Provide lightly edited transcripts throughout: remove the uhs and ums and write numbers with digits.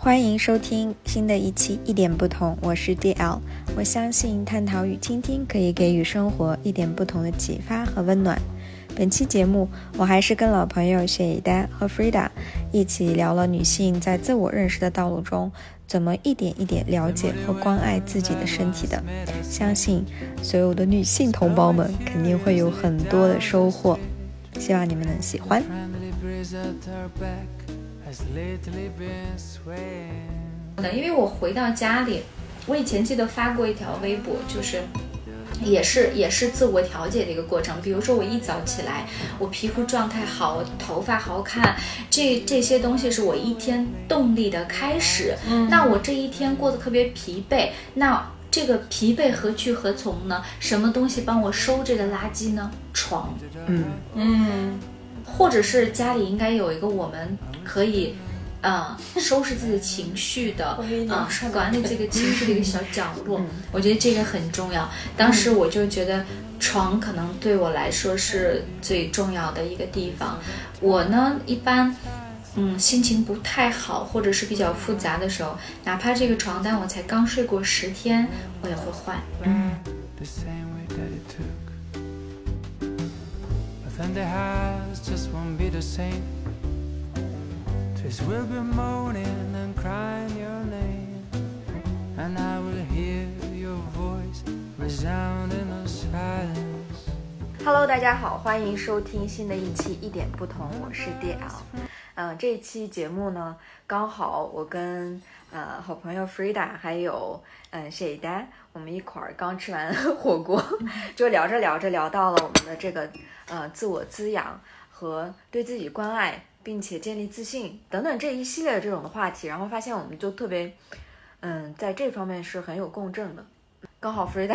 欢迎收听新的一期一点不同，我是 DL。 我相信探讨与倾听可以给予生活一点不同的启发和温暖。本期节目我还是跟老朋友谢以丹和 Frida 一起聊了女性在自我认识的道路中怎么一点一点了解和关爱自己的身体的。相信所有的女性同胞们肯定会有很多的收获，希望你们能喜欢。 因为我回到家里，我以前记得发过一条微博，就是也是自我调节的一个过程。比如说我一早起来，我皮肤状态好，我头发好看，这些东西是我一天动力的开始。那我这一天过得特别疲惫，那这个疲惫何去何从呢？什么东西帮我收这个垃圾呢？床。或者是家里应该有一个我们可以收拾自己的情绪的管理这个情绪的一个小角落。我觉得这个很重要。当时我就觉得床可能对我来说是最重要的一个地方。我呢一般心情不太好或者是比较复杂的时候，哪怕这个床单我才刚睡过10天，我也会换。 Sunday house just won't be the same. Twist will be moaning and crying your name, and I will hear your voice resound in the silence. Hello， 大家好，欢迎收听新的一期一点不同，我是 DL。这一期节目呢，刚好我跟好朋友 Frida 还有谢以丹，我们一块儿刚吃完火锅，就聊着聊到了我们的这个自我滋养和对自己关爱，并且建立自信等等这一系列的这种的话题，然后发现我们就特别在这方面是很有共振的。刚好 Frida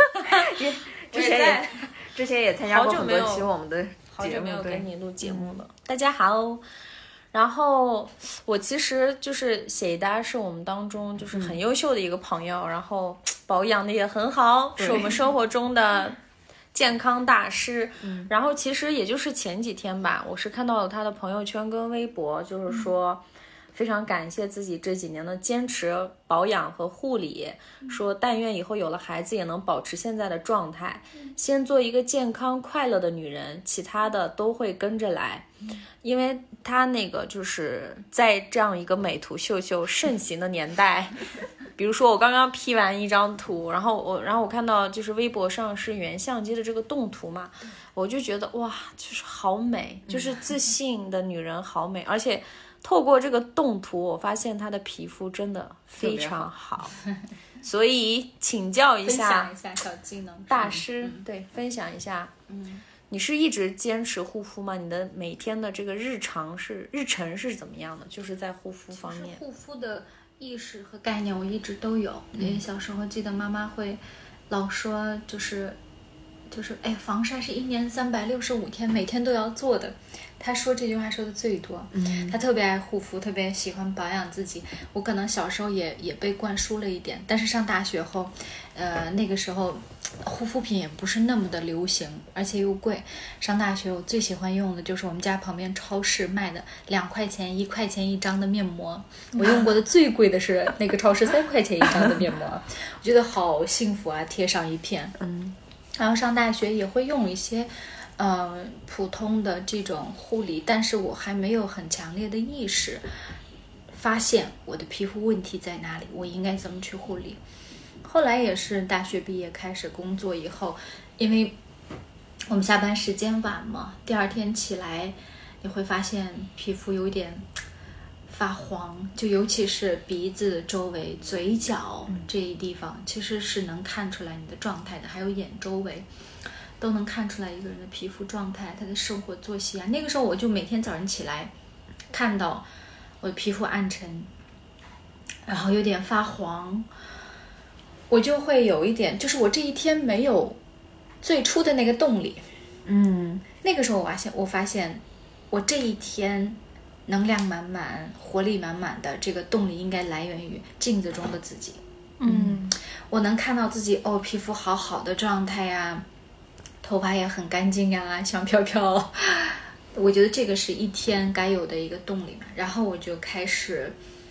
之前也参加过很多期我们的节目， 好久没有跟你录节目了。大家好。然后我其实就是谢以丹是我们当中就是很优秀的一个朋友，然后保养的也很好，是我们生活中的健康大师。然后其实也就是前几天吧，我是看到了他的朋友圈跟微博，就是说非常感谢自己这几年的坚持保养和护理，说但愿以后有了孩子也能保持现在的状态，先做一个健康快乐的女人，其他的都会跟着来。因为他那个就是在这样一个美图秀秀盛行的年代，比如说我刚刚 P 完一张图，然后我看到就是微博上是原相机的这个动图嘛，我就觉得哇，就是好美，就是自信的女人好美。而且透过这个动图，我发现她的皮肤真的非常好，所以请教一下， 分享一下小技能， 大师，对，分享一下。你是一直坚持护肤吗？你的每天的这个日程是怎么样的？就是在护肤方面。 护肤的意识和概念我一直都有。因为小时候记得妈妈会老说，就是防晒是1年365天每天都要做的。她说这句话说的最多。她特别爱护肤，特别喜欢保养自己。我可能小时候也被灌输了一点，但是上大学后那个时候护肤品也不是那么的流行，而且又贵。上大学我最喜欢用的就是我们家旁边超市卖的2块钱1块钱一张的面膜。我用过的最贵的是那个超市3块钱一张的面膜，我觉得好幸福啊，贴上一片。然后上大学也会用一些普通的这种护理，但是我还没有很强烈的意识发现我的皮肤问题在哪里，我应该怎么去护理。后来也是大学毕业开始工作以后，因为我们下班时间晚嘛，第二天起来你会发现皮肤有点发黄，就尤其是鼻子周围、嘴角这一地方，其实是能看出来你的状态的，还有眼周围都能看出来一个人的皮肤状态，他的生活作息啊。那个时候我就每天早上起来看到我的皮肤暗沉，然后有点发黄，我就会有一点，就是我这一天没有最初的那个动力。那个时候我发现我这一天能量满满、活力满满的这个动力应该来源于镜子中的自己。我能看到自己皮肤好好的状态呀，头发也很干净呀，香飘飘。我觉得这个是一天该有的一个动力嘛。然后我就开始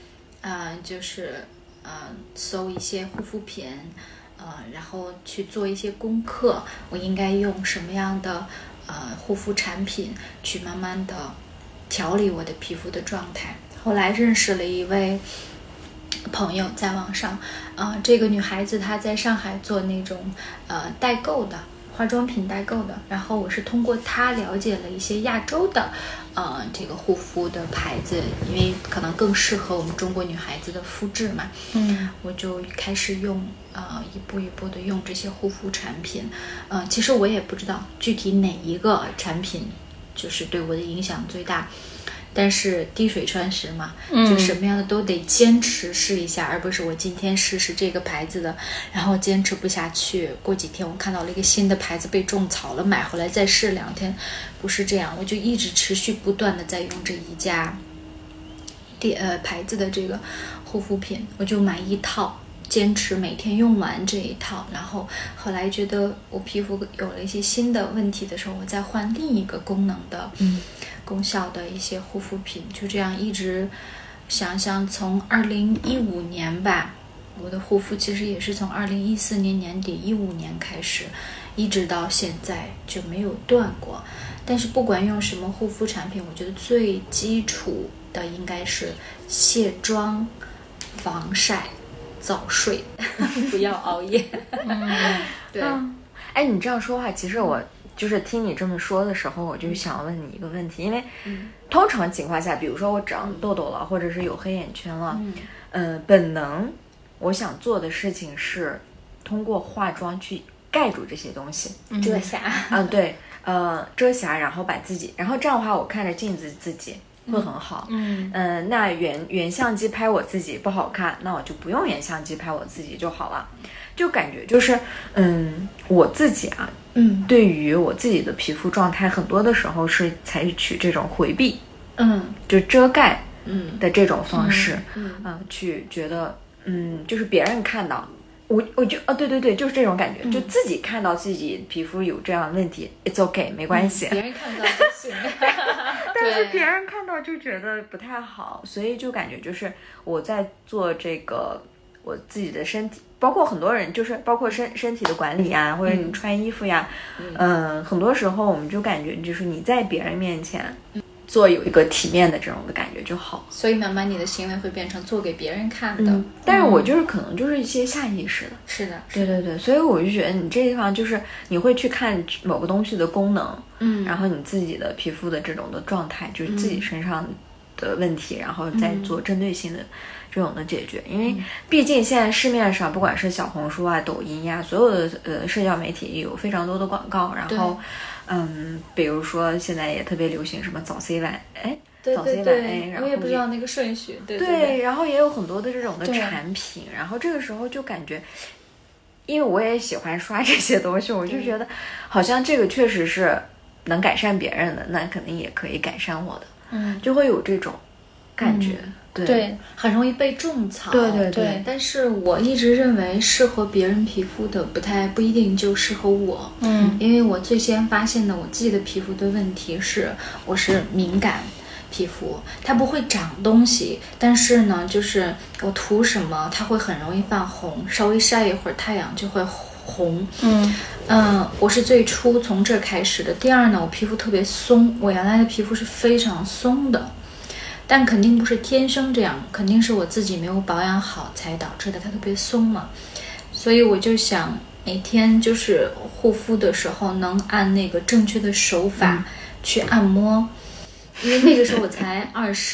就是搜一些护肤品，然后去做一些功课，我应该用什么样的护肤产品去慢慢的调理我的皮肤的状态。后来认识了一位朋友，在网上，这个女孩子她在上海做那种代购的化妆品代购的，然后我是通过她了解了一些亚洲的这个护肤的牌子，因为可能更适合我们中国女孩子的肤质嘛，我就开始用一步一步的用这些护肤产品，其实我也不知道具体哪一个产品就是对我的影响最大。但是滴水穿石嘛，就什么样的都得坚持试一下，而不是我今天试试这个牌子的，然后坚持不下去，过几天我看到了一个新的牌子被种草了，买回来再试2天，不是这样，我就一直持续不断的在用这一家牌子的这个护肤品，我就买一套，坚持每天用完这一套，然后后来觉得我皮肤有了一些新的问题的时候，我再换另一个功能的功效的一些护肤品，就这样一直想从2015年吧，我的护肤其实也是从2014年年底15年开始，一直到现在就没有断过。但是不管用什么护肤产品，我觉得最基础的应该是卸妆、防晒、早睡，不要熬夜。对。 哎，你这样说话，其实我就是听你这么说的时候，我就想问你一个问题，因为通常情况下，比如说我长痘痘了，或者是有黑眼圈了，本能我想做的事情是通过化妆去盖住这些东西， 遮瑕。 对，遮瑕，然后把自己，然后这样的话，我看着镜子自己会很好。那原相机拍我自己不好看，那我就不用原相机拍我自己就好了。就感觉就是，我自己啊，对于我自己的皮肤状态，很多的时候是采取这种回避，就遮盖，的这种方式，去觉得，就是别人看到。我就对，就是这种感觉，就自己看到自己皮肤有这样的问题 ，it's okay， 没关系。 别人看不到就行。 但是别人看到就觉得不太好，所以就感觉就是我在做这个我自己的身体，包括很多人就是包括身体的管理呀，或者你穿衣服呀，很多时候我们就感觉就是你在别人面前。做有一个体面的这种的感觉就好， 所以慢慢你的行为会变成做给别人看的。 但是我就是可能就是一些下意识的。 是的， 对，所以我就觉得你这地方就是你会去看某个东西的功能，然后你自己的皮肤的这种的状态，就是自己身上的问题，然后再做针对性的这种的解决。因为毕竟现在市面上不管是小红书啊、抖音呀，所有的社交媒体有非常多的广告，然后。比如说现在也特别流行什么早 C 晚 A， 早 C 晚 A， 然后我也不知道那个顺序，对， 然后也有很多的这种的产品，然后这个时候就感觉，因为我也喜欢刷这些东西，我就觉得好像这个确实是能改善别人的，那肯定也可以改善我的，就会有这种感觉。 对，很容易被种草。 对， 但是我一直认为适合别人皮肤的不一定就适合我。因为我最先发现的我自己的皮肤的问题是，我是敏感皮肤，它不会长东西，但是呢，就是我涂什么它会很容易泛红，稍微晒一会儿太阳就会红。我是最初从这开始的。第二呢，我皮肤特别松，我原来的皮肤是非常松的。但肯定不是天生这样，肯定是我自己没有保养好才导致的，它特别松嘛。所以我就想每天就是护肤的时候能按那个正确的手法去按摩，因为那个时候我才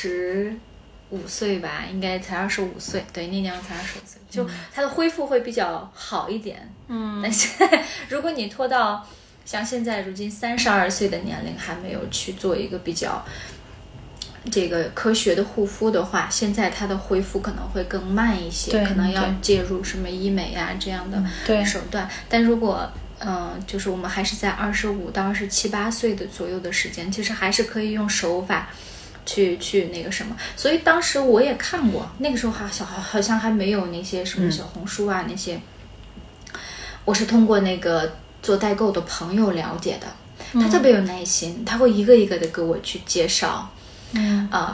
25岁吧，应该才25岁，对，那年我才25岁，就它的恢复会比较好一点。但是如果你拖到像现在如今32岁的年龄还没有去做一个比较这个科学的护肤的话，现在它的恢复可能会更慢一些，可能要介入什么医美啊这样的手段。但如果就是我们还是在25到27、28岁的左右的时间，其实还是可以用手法去那个什么。所以当时我也看过，那个时候好像还没有那些什么小红书啊那些，我是通过那个做代购的朋友了解的，他特别有耐心，他会一个一个的给我去介绍。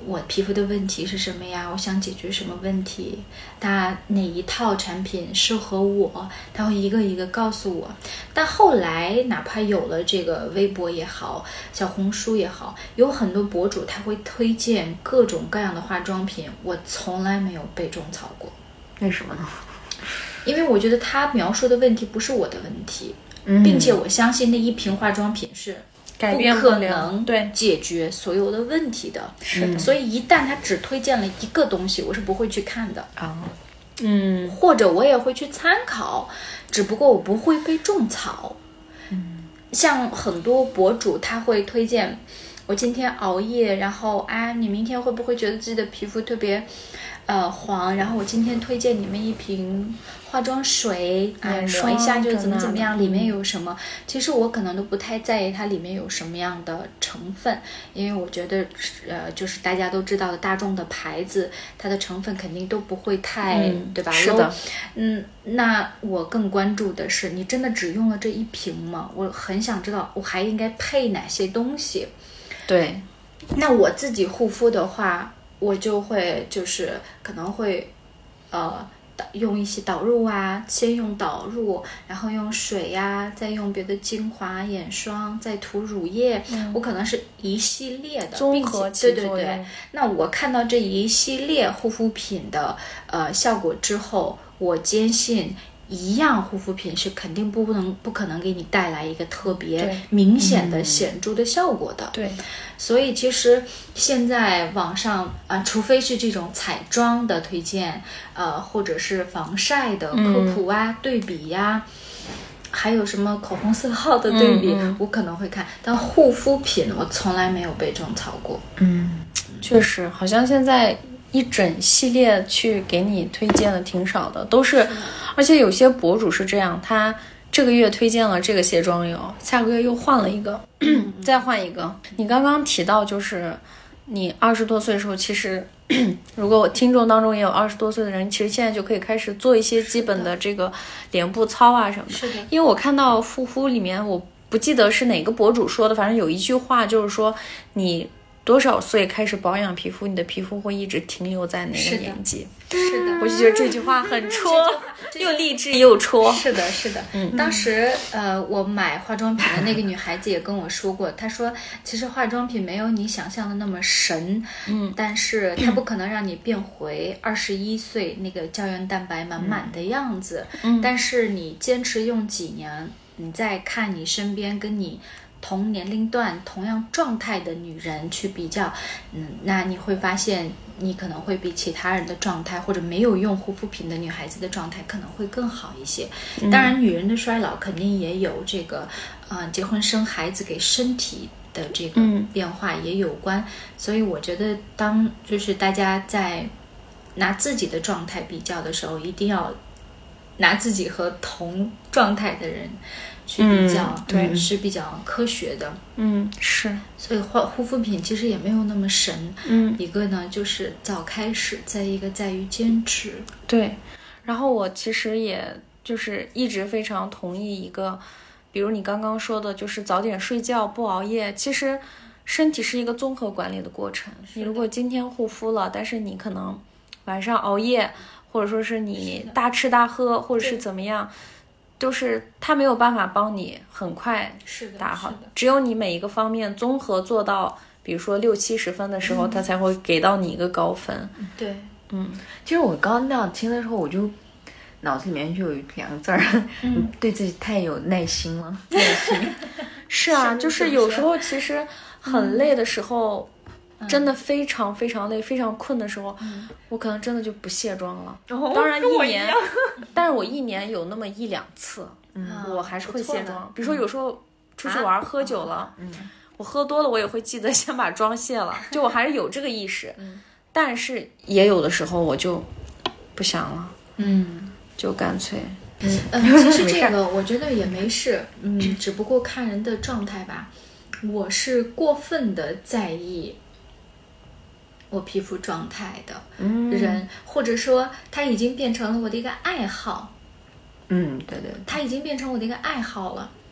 我皮肤的问题是什么呀？我想解决什么问题？它哪一套产品适合我？他会一个一个告诉我。但后来哪怕有了这个微博也好，小红书也好，有很多博主他会推荐各种各样的化妆品，我从来没有被种草过。 为什么呢？ 因为我觉得他描述的问题不是我的问题，并且我相信那一瓶化妆品是改变不可能对解决所有的问题的。 是的， 所以一旦他只推荐了一个东西，我是不会去看的啊。 或者我也会去参考，只不过我不会被种草。像很多博主他会推荐，我今天熬夜，然后你明天会不会觉得自己的皮肤特别黄？然后我今天推荐你们一瓶化妆水，抹一下就怎么怎么样，里面有什么？其实我可能都不太在意它里面有什么样的成分，因为我觉得就是大家都知道的大众的牌子，它的成分肯定都不会太对吧？ 是的。 那我更关注的是，你真的只用了这一瓶吗？我很想知道我还应该配哪些东西。 对， 那我自己护肤的话，我就会就是可能会用一些导入啊，先用导入，然后用水呀，再用别的精华、眼霜，再涂乳液。我可能是一系列的综合起作用。 对。那我看到这一系列护肤品的效果之后，我坚信一样护肤品是肯定不可能给你带来一个特别明显的显著的效果的。 对。 所以其实现在网上除非是这种彩妆的推荐，或者是防晒的科普啊、对比呀，还有什么口红色号的对比，我可能会看。但护肤品我从来没有被种草过。 确实，好像现在一整系列去给你推荐的挺少的，都是，而且有些博主是这样，他这个月推荐了这个卸妆油，下个月又换了一个，再换一个。你刚刚提到就是你20多岁的时候，其实如果我听众当中也有20多岁的人，其实现在就可以开始做一些基本的这个脸部操啊什么的。 是的。 因为我看到护肤里面，我不记得是哪个博主说的，反正有一句话就是说，你多少岁开始保养皮肤，你的皮肤会一直停留在那个年纪。 是的， 我就觉得这句话很戳，又励志又戳。 是的，是的。当时我买化妆品的那个女孩子也跟我说过，她说其实化妆品没有你想象的那么神，但是它不可能让你变回21岁那个胶原蛋白满满的样子。但是你坚持用几年，你再看你身边跟你同年龄段同样状态的女人去比较，那你会发现你可能会比其他人的状态，或者没有用护肤品的女孩子的状态可能会更好一些。当然女人的衰老肯定也有这个结婚生孩子给身体的这个变化也有关。所以我觉得当就是大家在拿自己的状态比较的时候，一定要拿自己和同状态的人去比较， 对， 是比较科学的。 是。 所以护肤品其实也没有那么神。一个呢就是早开始，再一个在于坚持。 对。然后我其实也就是一直非常同意一个，比如你刚刚说的，就是早点睡觉，不熬夜。其实身体是一个综合管理的过程。你如果今天护肤了，但是你可能晚上熬夜，或者说是你大吃大喝，或者是怎么样，就是它没有办法帮你很快打好，只有你每一个方面综合做到，比如说60-70分的时候，它才会给到你一个高分。 对。 其实我刚那样听的时候，我就脑子里面就有2个字儿，对自己太有耐心了。耐心。 是啊，就是有时候其实很累的时候，真的非常非常累、非常困的时候，我可能真的就不卸妆了。当然1年，但是我1年有那么1-2次，我还是会卸妆。比如说有时候出去玩喝酒了，我喝多了，我也会记得先把妆卸了，就我还是有这个意识。但是也有的时候我就不想了，就干脆。 其实这个我觉得也没事，只不过看人的状态吧。我是过分的在意我皮肤状态的人，或者说它已经变成了我的一个爱好。 对， 它已经变成我的一个爱好了。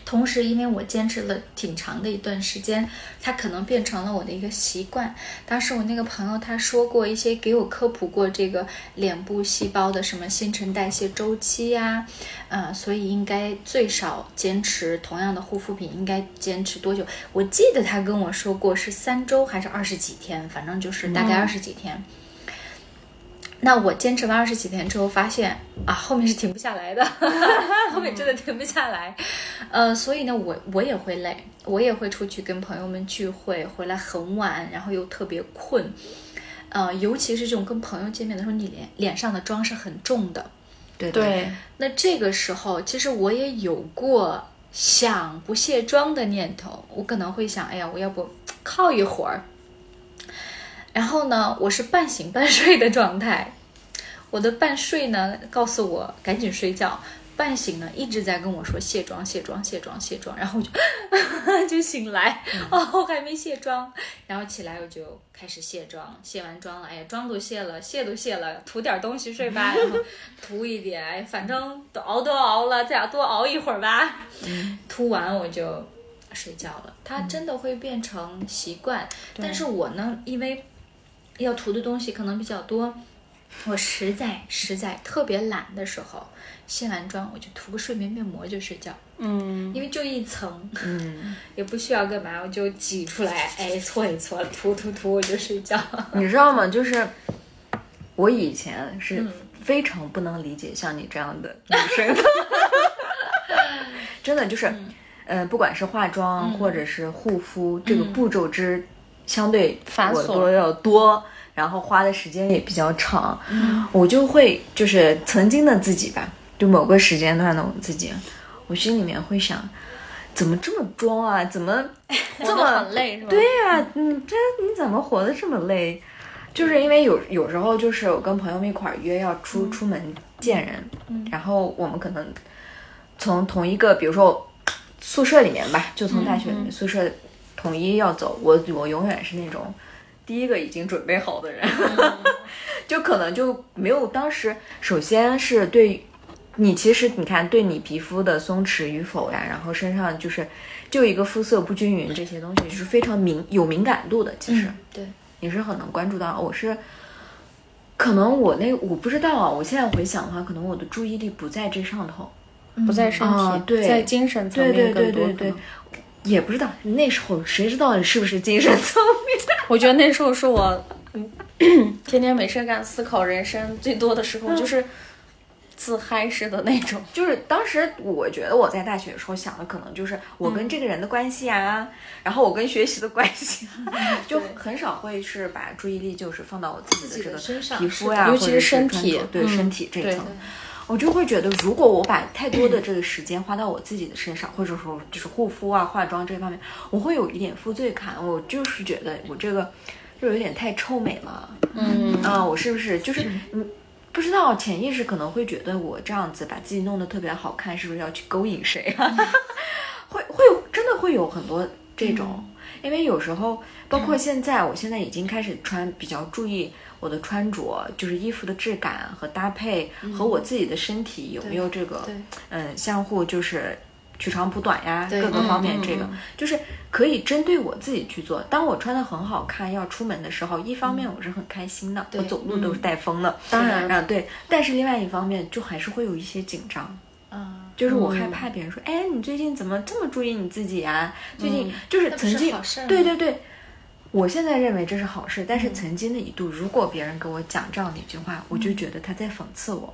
同时，因为我坚持了挺长的一段时间，它可能变成了我的一个习惯。当时我那个朋友他说过一些，给我科普过这个脸部细胞的什么新陈代谢周期呀，所以应该最少坚持同样的护肤品应该坚持多久？我记得他跟我说过是3周还是20几天，反正就是大概20几天。那我坚持完20几天之后，发现后面是停不下来的，后面真的停不下来。所以呢，我也会累，我也会出去跟朋友们聚会，回来很晚，然后又特别困。尤其是这种跟朋友见面的时候，你脸上的妆是很重的。 对。 那这个时候，其实我也有过想不卸妆的念头，我可能会想，哎呀，我要不靠一会儿。然后呢，我是半醒半睡的状态，我的半睡呢告诉我赶紧睡觉，半醒呢一直在跟我说卸妆，然后我就醒来，我还没卸妆，然后起来我就开始卸妆，卸完妆了，哎呀，妆都卸了，卸都卸了，涂点东西睡吧，然后涂一点，哎，反正都熬了，再多熬一会儿吧，涂完我就睡觉了。它真的会变成习惯，但是我呢，因为要涂的东西可能比较多，我实在特别懒的时候，卸完妆我就涂个睡眠面膜就睡觉，因为就一层，也不需要干嘛，我就挤出来，哎，搓一搓，涂我就睡觉。 你知道吗？就是我以前是非常不能理解像你这样的女生的，真的就是，不管是化妆或者是护肤，这个步骤相对我都要多，然后花的时间也比较长，我就会就是曾经的自己吧，就某个时间段的我自己，我心里面会想，怎么这么装啊？怎么这么很累是吧？ 对呀，你怎么活得这么累？就是因为有时候就是我跟朋友们一块儿约要出门见人，然后我们可能从同一个，比如说宿舍里面吧，就从大学里面宿舍统一要走，我永远是那种第一个已经准备好的人，就可能就没有当时，首先是对你，其实你看对你皮肤的松弛与否呀，然后身上就一个肤色不均匀这些东西是非常有敏感度的，其实对， 你是很能关注到。可能我不知道啊，我现在回想的话，可能我的注意力不在这上头， 不在身体， 对， 在精神层面更多。 对，也不知道那时候谁知道是不是精神层面。 我觉得那时候是我天天没事干思考人生最多的时候，就是自嗨式的那种。 就是当时我觉得我在大学的时候想的可能就是我跟这个人的关系啊，然后我跟学习的关系，就很少会是把注意力就是放到我自己的这个皮肤呀， 尤其是身体， 对身体这一层。我就会觉得，如果我把太多的这个时间花到我自己的身上，或者说就是护肤啊、化妆这方面，我会有一点负罪感。我就是觉得我这个就有点太臭美了。我是不是就是不知道潜意识可能会觉得我这样子把自己弄得特别好看，是不是要去勾引谁啊？会真的会有很多这种，因为有时候包括现在，我现在已经开始比较注意我的穿着，就是衣服的质感和搭配，和我自己的身体有没有这个相互就是取长补短呀，各个方面这个就是可以针对我自己去做。当我穿得很好看要出门的时候，一方面我是很开心的，我走路都是带风的， 当然对，但是另外一方面就还是会有一些紧张。就是我害怕别人说，哎，你最近怎么这么注意你自己啊？最近就是曾经，对，我现在认为这是好事，但是曾经的一度，如果别人给我讲这样的一句话，我就觉得他在讽刺我。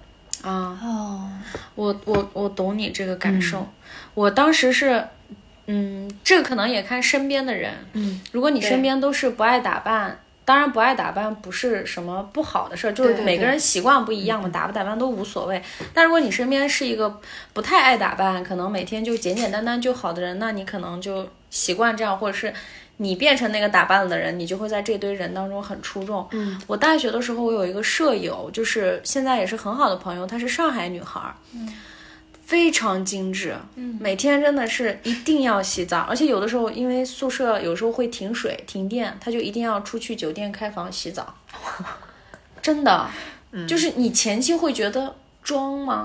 我懂你这个感受。我当时是，这个可能也看身边的人。如果你身边都是不爱打扮。当然不爱打扮不是什么不好的事儿，就是每个人习惯不一样嘛，打不打扮都无所谓。但如果你身边是一个不太爱打扮，可能每天就简简单单就好的人，那你可能就习惯这样，或者是你变成那个打扮了的人，你就会在这堆人当中很出众。我大学的时候，我有一个舍友，就是现在也是很好的朋友，她是上海女孩，非常精致，每天真的是一定要洗澡，而且有的时候因为宿舍有时候会停水停电，他就一定要出去酒店开房洗澡。真的，就是你前期会觉得装吗？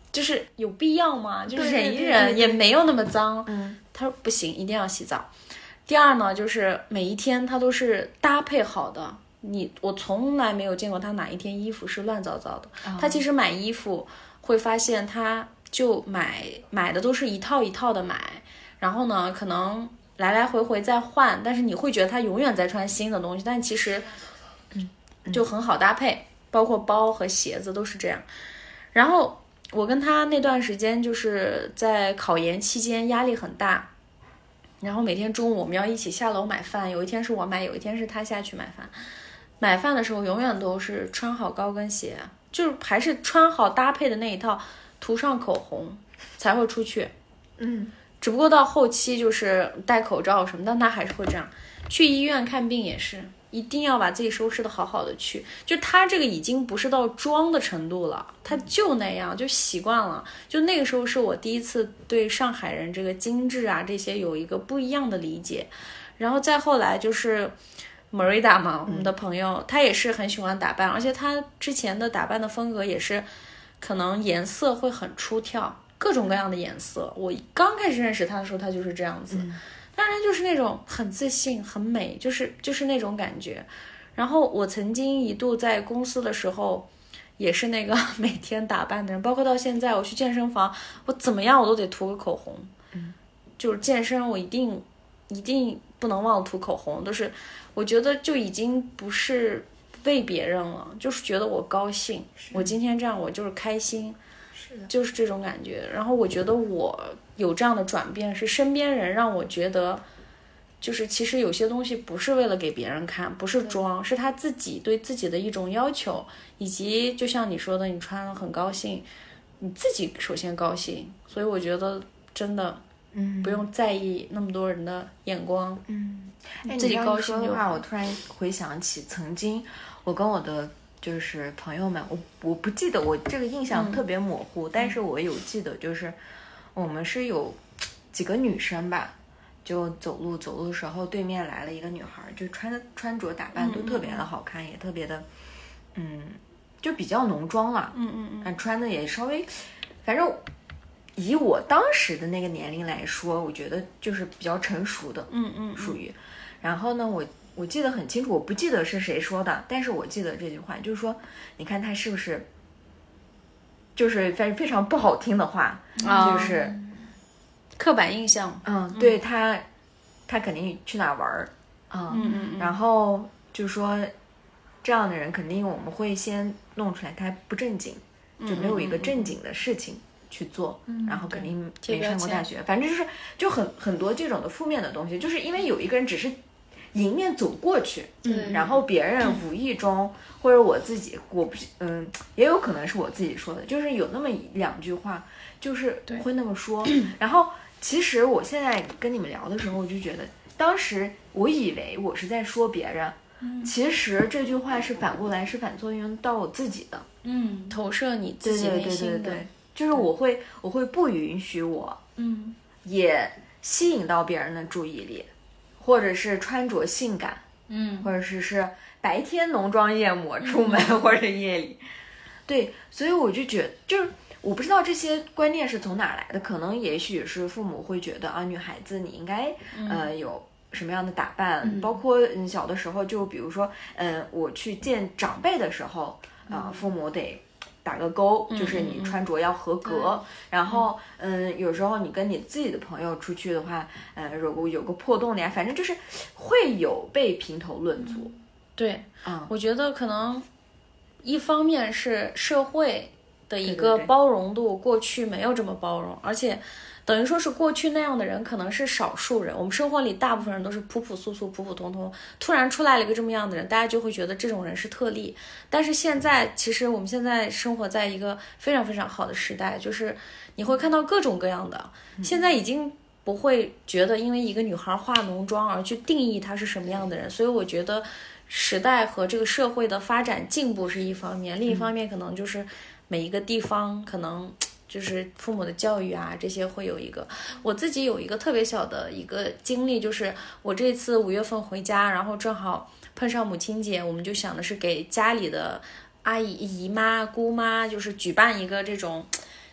就是有必要吗？就是对对忍一对对忍也没有那么脏。 嗯， 他说不行，一定要洗澡。第二呢，就是每一天他都是搭配好的。我从来没有见过他哪一天衣服是乱糟糟的。他其实买衣服会发现，他就买的都是一套一套的买，然后呢，可能来来回回再换，但是你会觉得他永远在穿新的东西，但其实就很好搭配，包括包和鞋子都是这样。然后我跟他那段时间就是在考研期间压力很大，然后每天中午我们要一起下楼买饭，有一天是我买，有一天是他下去买饭。买饭的时候永远都是穿好高跟鞋，就是还是穿好搭配的那一套，涂上口红才会出去。只不过到后期就是戴口罩什么，但他还是会这样。去医院看病也是，一定要把自己收拾的好好的去。就他这个已经不是到装的程度了，他就那样，就习惯了。就那个时候是我第一次对上海人这个精致啊这些有一个不一样的理解。然后再后来就是Marida 嘛，我们的朋友，他也是很喜欢打扮，而且他之前的打扮的风格也是，可能颜色会很出挑，各种各样的颜色。我刚开始认识他的时候，他就是这样子，当然就是那种很自信、很美，就是那种感觉。然后我曾经一度在公司的时候，也是那个每天打扮的人，包括到现在我去健身房，我怎么样我都得涂个口红，就是健身我一定不能忘了涂口红，都是我觉得就已经不是为别人了，就是觉得我高兴，我今天这样我就是开心， 是的， 就是这种感觉。然后我觉得我有这样的转变，是身边人让我觉得，就是其实有些东西不是为了给别人看，不是装，是他自己对自己的一种要求，以及就像你说的，你穿了很高兴，你自己首先高兴。所以我觉得真的不用在意那么多人的眼光，自己高兴就的话， 好。 我突然回想起曾经我跟我的就是朋友们，我不记得，我这个印象特别模糊，但是我有记得，就是我们是有几个女生吧，就走路的时候，对面来了一个女孩，就穿着打扮都特别的好看，也特别的就比较浓妆了，穿的也稍微，反正以我当时的那个年龄来说，我觉得就是比较成熟的，属于。然后呢，我记得很清楚，我不记得是谁说的，但是我记得这句话，就是说，你看他是不是，就是非常不好听的话，就是刻板印象， 对他肯定去哪玩儿，然后就说这样的人肯定我们会先弄出来他不正经，就没有一个正经的事情去做，然后肯定没上过大学，反正就很多这种的负面的东西，就是因为有一个人只是迎面走过去，然后别人无意中或者我自己，也有可能是我自己说的，就是有那么两句话，就是会那么说。然后其实我现在跟你们聊的时候，我就觉得当时我以为我是在说别人，其实这句话是反过来是反作用到我自己的， 投射你自己内心的， 对，就是我会不允许我，也吸引到别人的注意力。或者是穿着性感，或者是白天浓妆艳抹出门，或者夜里，对，所以我就觉得，就是我不知道这些观念是从哪来的，可能也许是父母会觉得啊，女孩子你应该有什么样的打扮，包括小的时候，就比如说我去见长辈的时候，父母得打个勾，就是你穿着要合格，然后有时候你跟你自己的朋友出去的话，如果有个破洞的呀，反正就是会有被评头论足。 对，我觉得可能一方面是社会的一个包容度，过去没有这么包容，而且等于说是过去那样的人可能是少数人，我们生活里大部分人都是朴朴素素、普普通通，突然出来了一个这么样的人，大家就会觉得这种人是特例。但是现在其实我们现在生活在一个非常非常好的时代，就是你会看到各种各样的，现在已经不会觉得因为一个女孩化浓妆而去定义她是什么样的人，所以我觉得时代和这个社会的发展进步是一方面，另一方面可能就是每一个地方可能就是父母的教育啊，这些会有一个。我自己有一个特别小的一个经历，就是我这次5月份回家，然后正好碰上母亲节，我们就想的是给家里的阿姨、姨妈、姑妈，就是举办一个这种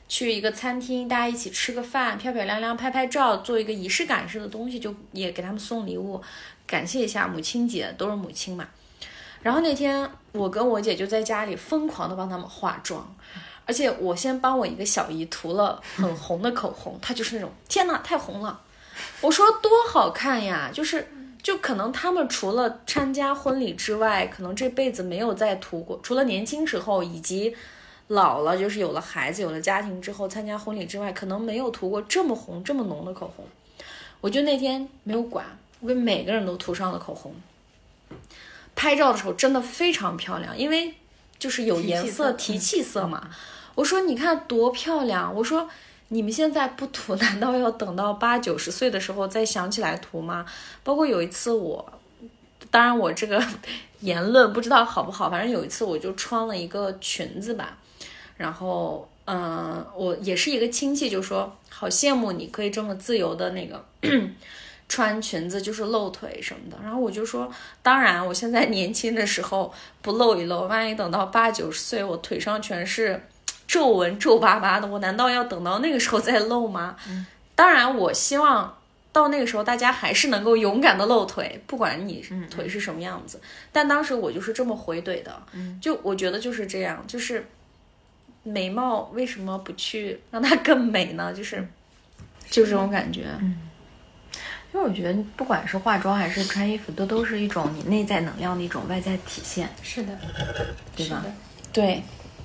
去一个餐厅，大家一起吃个饭，漂漂亮亮拍拍照，做一个仪式感式的东西，就也给他们送礼物，感谢一下母亲节，都是母亲嘛。然后那天我跟我姐就在家里疯狂的帮他们化妆，而且我先帮我一个小姨涂了很红的口红，她就是那种天哪太红了，我说多好看呀，就可能他们除了参加婚礼之外，可能这辈子没有再涂过，除了年轻时候以及老了，就是有了孩子有了家庭之后参加婚礼之外，可能没有涂过这么红这么浓的口红。我就那天没有管，我给每个人都涂上了口红。拍照的时候真的非常漂亮，因为就是有颜色提气色嘛。我说你看多漂亮，我说你们现在不涂难道要等到80-90岁的时候再想起来涂吗？包括有一次当然我这个言论不知道好不好，反正有一次我就穿了一个裙子吧，然后我也是一个亲戚就说好羡慕你可以这么自由的那个穿裙子就是露腿什么的，然后我就说当然我现在年轻的时候不露一露，万一等到80-90岁我腿上全是皱纹皱巴巴的，我难道要等到那个时候再露吗？当然我希望到那个时候大家还是能够勇敢的露腿，不管你腿是什么样子。但当时我就是这么回怼的，就我觉得就是这样，就是美貌为什么不去让它更美呢？就是这种感觉。 因为我觉得不管是化妆还是穿衣服，都是一种你内在能量的一种外在体现。 是的， 对吧？ 对。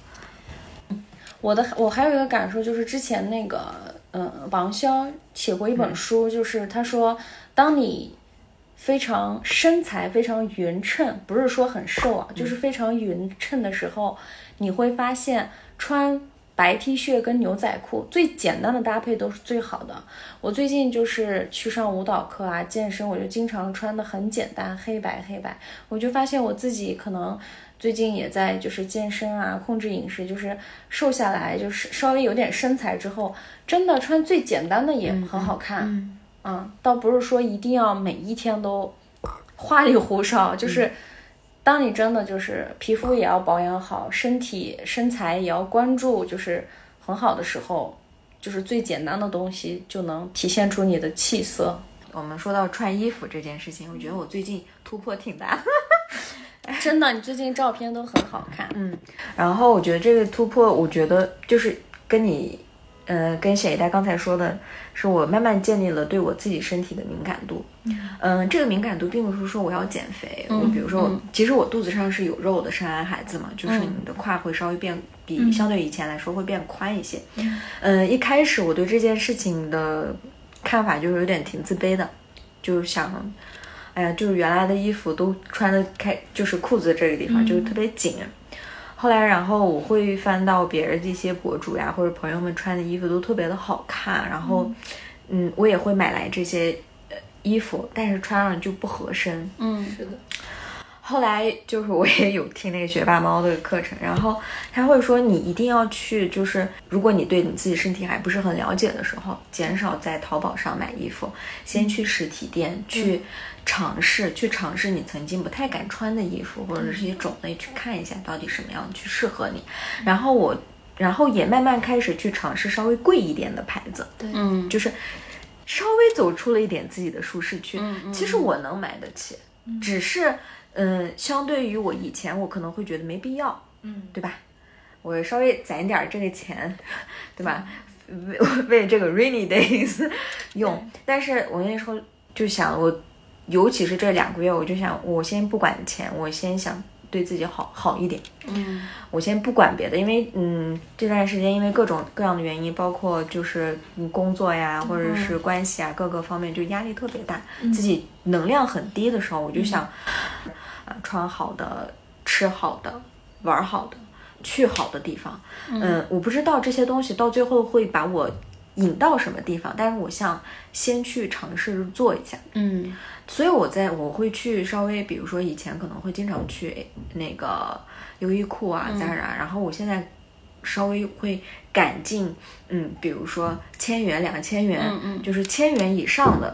我还有一个感受，就是之前那个王潇写过一本书，就是他说当你非常身材非常匀称，不是说很瘦啊，就是非常匀称的时候，你会发现穿白 T 恤跟牛仔裤最简单的搭配都是最好的。我最近就是去上舞蹈课啊，健身，我就经常穿的很简单，黑白，我就发现我自己可能最近也在就是健身啊，控制饮食，就是瘦下来，就是稍微有点身材之后，真的穿最简单的也很好看。倒不是说一定要每一天都花里胡哨，就是当你真的就是皮肤也要保养好，身体身材也要关注，就是很好的时候，就是最简单的东西就能体现出你的气色。 我们说到穿衣服这件事情，我觉得我最近突破挺大的。 真的，你最近照片都很好看。 然后我觉得这个突破，我觉得就是跟你跟小一代刚才说的是，我慢慢建立了对我自己身体的敏感度。这个敏感度并不是说我要减肥，我比如说其实我肚子上是有肉的，生完孩子嘛，就是你的胯会稍微比相对以前来说会变宽一些。一开始我对这件事情的看法就是有点挺自卑的，就是想哎呀，就是原来的衣服都穿的就是裤子这个地方就是特别紧。后来然后我会翻到别人这些博主呀或者朋友们穿的衣服都特别的好看，然后我也会买来这些衣服，但是穿上就不合身。 是的。 后来就是我也有听那个学霸猫的课程，然后他会说你一定要去，就是如果你对你自己身体还不是很了解的时候，减少在淘宝上买衣服，先去实体店去尝试你曾经不太敢穿的衣服或者是一些种类，去看一下到底什么样去适合你。然后也慢慢开始去尝试稍微贵一点的牌子。 对， 就是稍微走出了一点自己的舒适区。其实我能买得起，只是相对于我以前，我可能会觉得没必要，对吧？我稍微攒一点这个钱，对吧？为这个 rainy days 用。但是我那时候就想，尤其是这2个月，我就想，我先不管钱，我先想对自己好一点。我先不管别的，因为这段时间因为各种各样的原因，包括就是工作呀，或者是关系啊，各个方面就压力特别大，自己能量很低的时候，我就想穿好的，吃好的，玩好的，去好的地方。我不知道这些东西到最后会把我引到什么地方，但是我想先去尝试做一下。所以我会去稍微，比如说以前可能会经常去那个优衣库啊、Zara，然后我现在稍微会赶进，比如说1000元、2000元，就是1000元以上的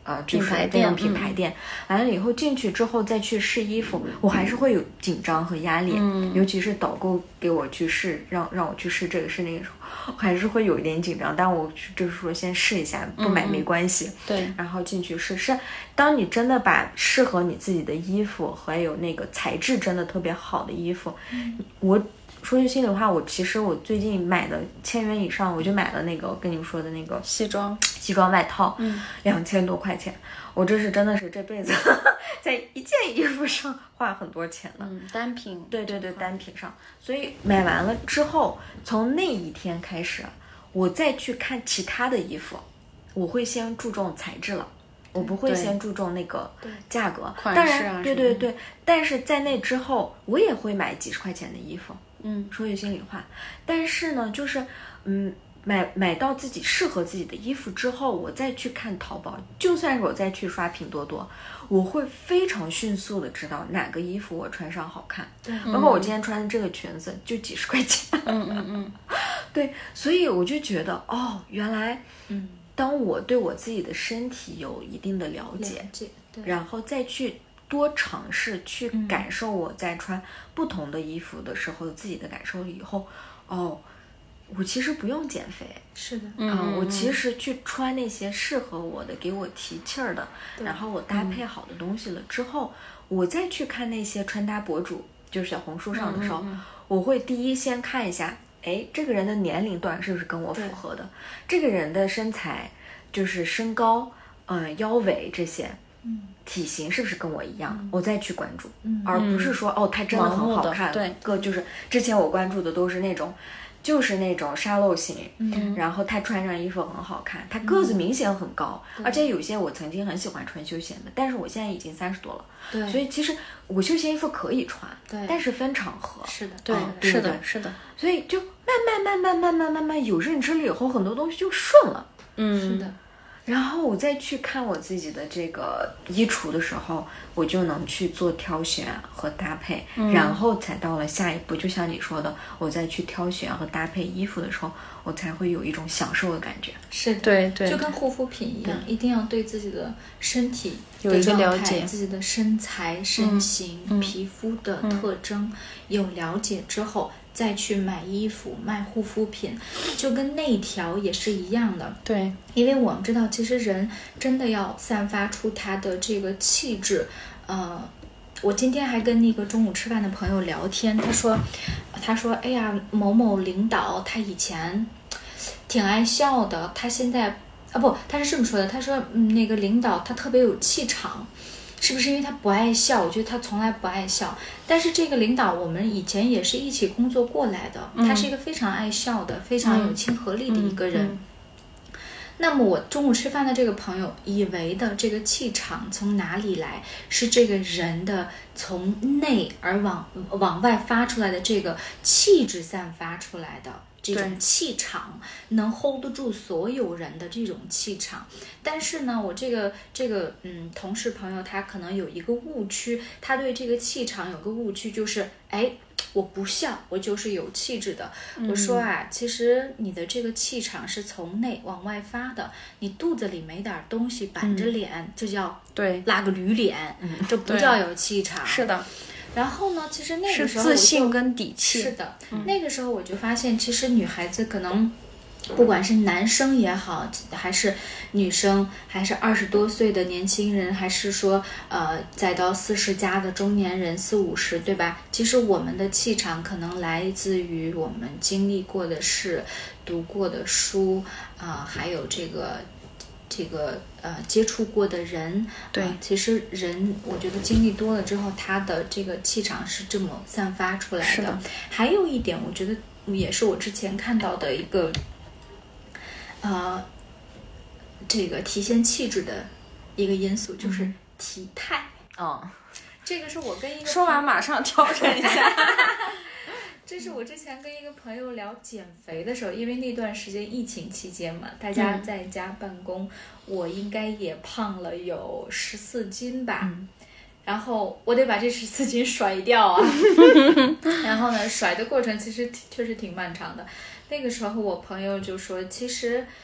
就是那种品牌店，完了以后进去之后再去试衣服，我还是会有紧张和压力，尤其是导购给我去试，让我去试这个试那个时候，还是会有一点紧张，但我就是说先试一下，不买没关系， 对， 然后进去试。当你真的把适合你自己的衣服还有那个材质真的特别好的衣服，我说句心里话，其实我最近买的1000元以上，我就买了那个跟你们说的那个西装外套，2000多块钱，我这是真的是这辈子在一件衣服上花很多钱了， 单品， 对，单品上，所以买完了之后，从那一天开始，我再去看其他的衣服，我会先注重材质了。我不会先注重那个价格， 款式啊， 对，但是在那之后，我也会买几十块钱的衣服，说句心里话，但是呢，就是买到自己适合自己的衣服之后，我再去看淘宝，就算是我再去刷拼多多，我会非常迅速的知道哪个衣服我穿上好看，包括我今天穿的这个裙子就几十块钱，对，所以我就觉得原来当我对我自己的身体有一定的了解，然后再去多尝试去感受我在穿不同的衣服的时候自己的感受了以后，我其实不用减肥， 是的， 我其实去穿那些适合我的、给我提气儿的，然后我搭配好的东西了之后，我再去看那些穿搭博主，就是小红书上的时候，我会第一先看一下。这个人的年龄段是不是跟我符合的？这个人的身材，就是身高，腰围这些，体型是不是跟我一样？我再去关注，而不是说他真的很好看。 对， 就是之前我关注的都是那种，就是那种沙漏型，然后他穿上衣服很好看，他个子明显很高，而且有些我曾经很喜欢穿休闲的，但是我现在已经30多了， 对， 所以其实我休闲衣服可以穿， 对， 但是分场合， 是的， 对，是的， 所以就慢慢有认知了以后，很多东西就顺了， 是的。 然后我再去看我自己的这个衣橱的时候，我就能去做挑选和搭配，然后才到了下一步。就像你说的，我再去挑选和搭配衣服的时候，我才会有一种享受的感觉。 是的， 对， 就跟护肤品一样，一定要对自己的身体有一个了解， 自己的身材、身形、皮肤的特征有了解之后，再去买衣服、买护肤品，就跟内调也是一样的。 对， 因为我们知道，其实人真的要散发出他的这个气质。我今天还跟那个中午吃饭的朋友聊天，他说，哎呀，某某领导他以前挺爱笑的，他现在他是这么说的，他说，那个领导他特别有气场。是不是因为他不爱笑？我觉得他从来不爱笑。但是这个领导，我们以前也是一起工作过来的，他是一个非常爱笑的、非常有亲和力的一个人。那么我中午吃饭的这个朋友以为的这个气场从哪里来？是这个人的从内而往外发出来的这个气质散发出来的。这种气场能 hold 得住所有人的这种气场，但是呢，我这个同事朋友他可能有一个误区，他对这个气场有个误区，就是我不笑，我就是有气质的。我说其实你的这个气场是从内往外发的，你肚子里没点东西板着脸，这叫拉个驴脸，这不叫有气场。 是的。 然后呢，其实那个时候是自信跟底气。 是的，那个时候我就发现，其实女孩子可能，不管是男生也好，还是女生，还是20多岁的年轻人，还是说再到40加的中年人40、50，对吧？其实我们的气场可能来自于我们经历过的事、读过的书还有这个接触过的人。 对， 其实人我觉得经历多了之后，他的这个气场是这么散发出来的。 是的。 还有一点我觉得也是我之前看到的一个这个体现气质的一个因素，就是体态。这个是我跟一个说完马上调整一下。 这是我之前跟一个朋友聊减肥的时候，因为那段时间疫情期间嘛，大家在家办公，我应该也胖了有14斤吧，然后我得把这14斤甩掉啊。然后呢，甩的过程其实确实挺漫长的。那个时候我朋友就说，其实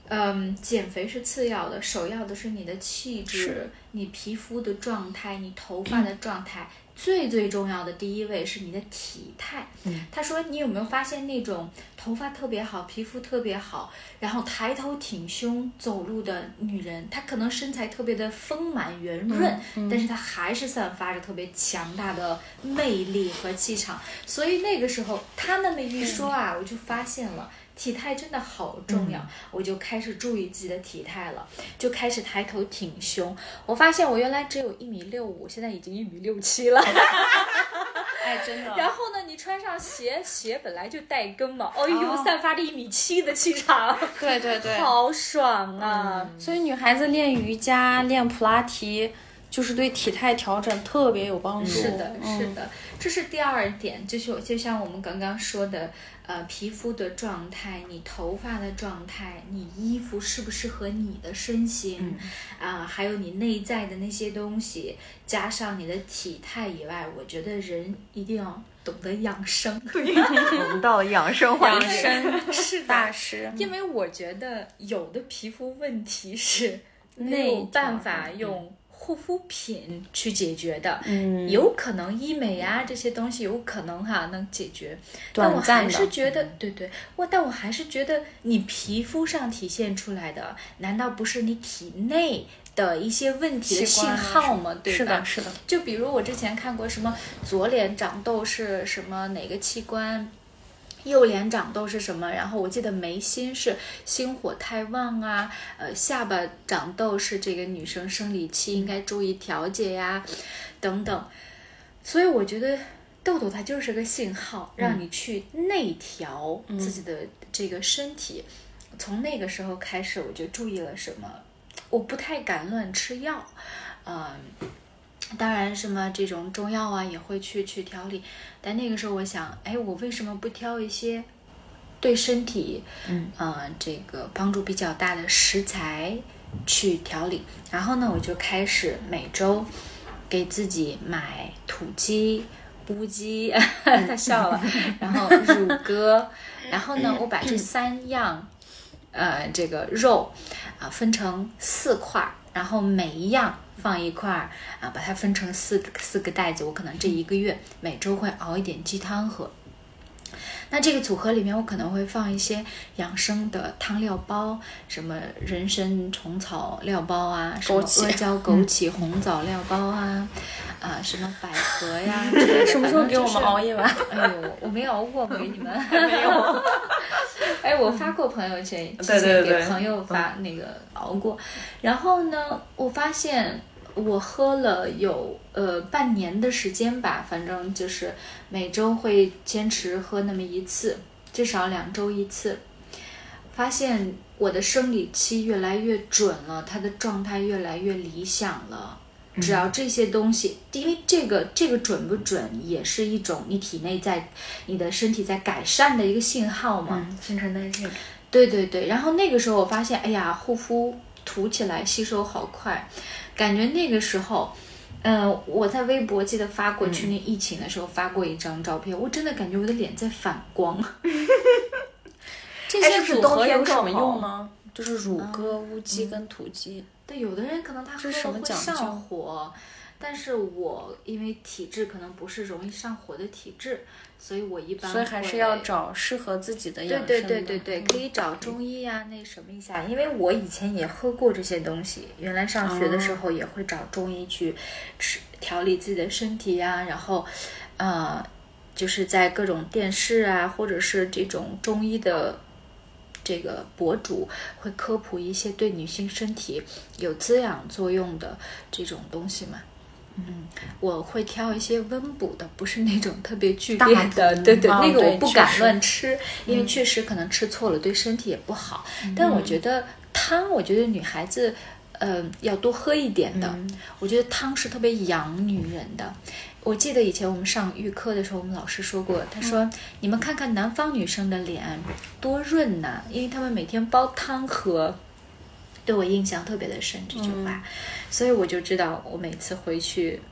减肥是次要的，首要的是你的气质，你皮肤的状态，你头发的状态。最重要的第一位是你的体态。他说你有没有发现那种头发特别好，皮肤特别好，然后抬头挺胸走路的女人，她可能身材特别的丰满圆润，但是她还是散发着特别强大的魅力和气场。所以那个时候他那么一说啊，我就发现了体态真的好重要，我就开始注意自己的体态了，就开始抬头挺胸。我发现我原来只有1.65米，现在已经1.67米了。 哎，真的。 然后呢，你穿上鞋本来就带跟嘛，哎呦，散发着1.7米的气场。 对对对， 好爽啊！ 所以女孩子练瑜伽、练普拉提，就是对体态调整特别有帮助。 是的，是的，这是第二点，就像我们刚刚说的，皮肤的状态，你头发的状态，你衣服适不适合你的身形，还有你内在的那些东西，加上你的体态以外，我觉得人一定要懂得养生。 我们到了养生环节， 养生是大师。 因为我觉得有的皮肤问题是没有办法用护肤品去解决的，有可能医美啊这些东西有可能能解决，但我还是觉得，但我还是觉得你皮肤上体现出来的，难道不是你体内的一些问题的信号吗？对吧？ 是的，是的。 就比如我之前看过什么左脸长痘是什么哪个器官，右脸长痘是什么？然后我记得眉心是心火太旺啊，下巴长痘是这个女生生理期应该注意调节呀，等等。所以我觉得痘痘它就是个信号，让你去内调自己的这个身体。从那个时候开始，我就注意了什么？我不太敢乱吃药，当然什么这种中药啊也会去调理，但那个时候我想，我为什么不挑一些对身体这个帮助比较大的食材去调理？然后呢，我就开始每周给自己买土鸡、乌鸡，他笑了，然后乳鸽，然后呢，我把这3样这个肉分成4块，然后每一样放一块把它分成四个袋子，我可能这1个月每周会熬一点鸡汤喝。那这个组合里面我可能会放一些养生的汤料包，什么人参虫草料包啊，什么阿胶枸杞红枣料包啊，什么百合呀， 什么时候给我们熬一碗？ 哎呦，我没熬过，给你们没有。 我发过朋友圈，之前给朋友发那个熬过，然后呢，我发现我喝了有半年的时间吧，反正就是每周会坚持喝那么1次，至少2周1次，发现我的生理期越来越准了，它的状态越来越理想了。只要这些东西，因为这个准不准也是一种你体内你的身体在改善的一个信号嘛， 新陈代谢。 对，然后那个时候我发现，哎呀，护肤涂起来吸收好快，感觉那个时候，我在微博记得发过去年疫情的时候发过一张照片，我真的感觉我的脸在反光。 这些组合有什么用呢？就是乳鸽、乌鸡跟土鸡。 对，有的人可能他喝了会上火，但是我因为体质可能不是容易上火的体质，所以我一般所以还是要找适合自己的养生的。 对，可以找中医呀，那什么一下，因为我以前也喝过这些东西，原来上学的时候也会找中医去调理自己的身体呀，然后就是在各种电视啊，或者是这种中医的这个博主会科普一些对女性身体有滋养作用的这种东西嘛。我会挑一些温补的，不是那种特别剧烈的。对，那个我不敢乱吃，因为确实可能吃错了对身体也不好。但我觉得汤，我觉得女孩子要多喝一点的。我觉得汤是特别养女人的。我记得以前我们上预科的时候，我们老师说过，他说你们看看南方女生的脸多润呐，因为她们每天煲汤喝，对我印象特别的深这句话。所以我就知道我每次回去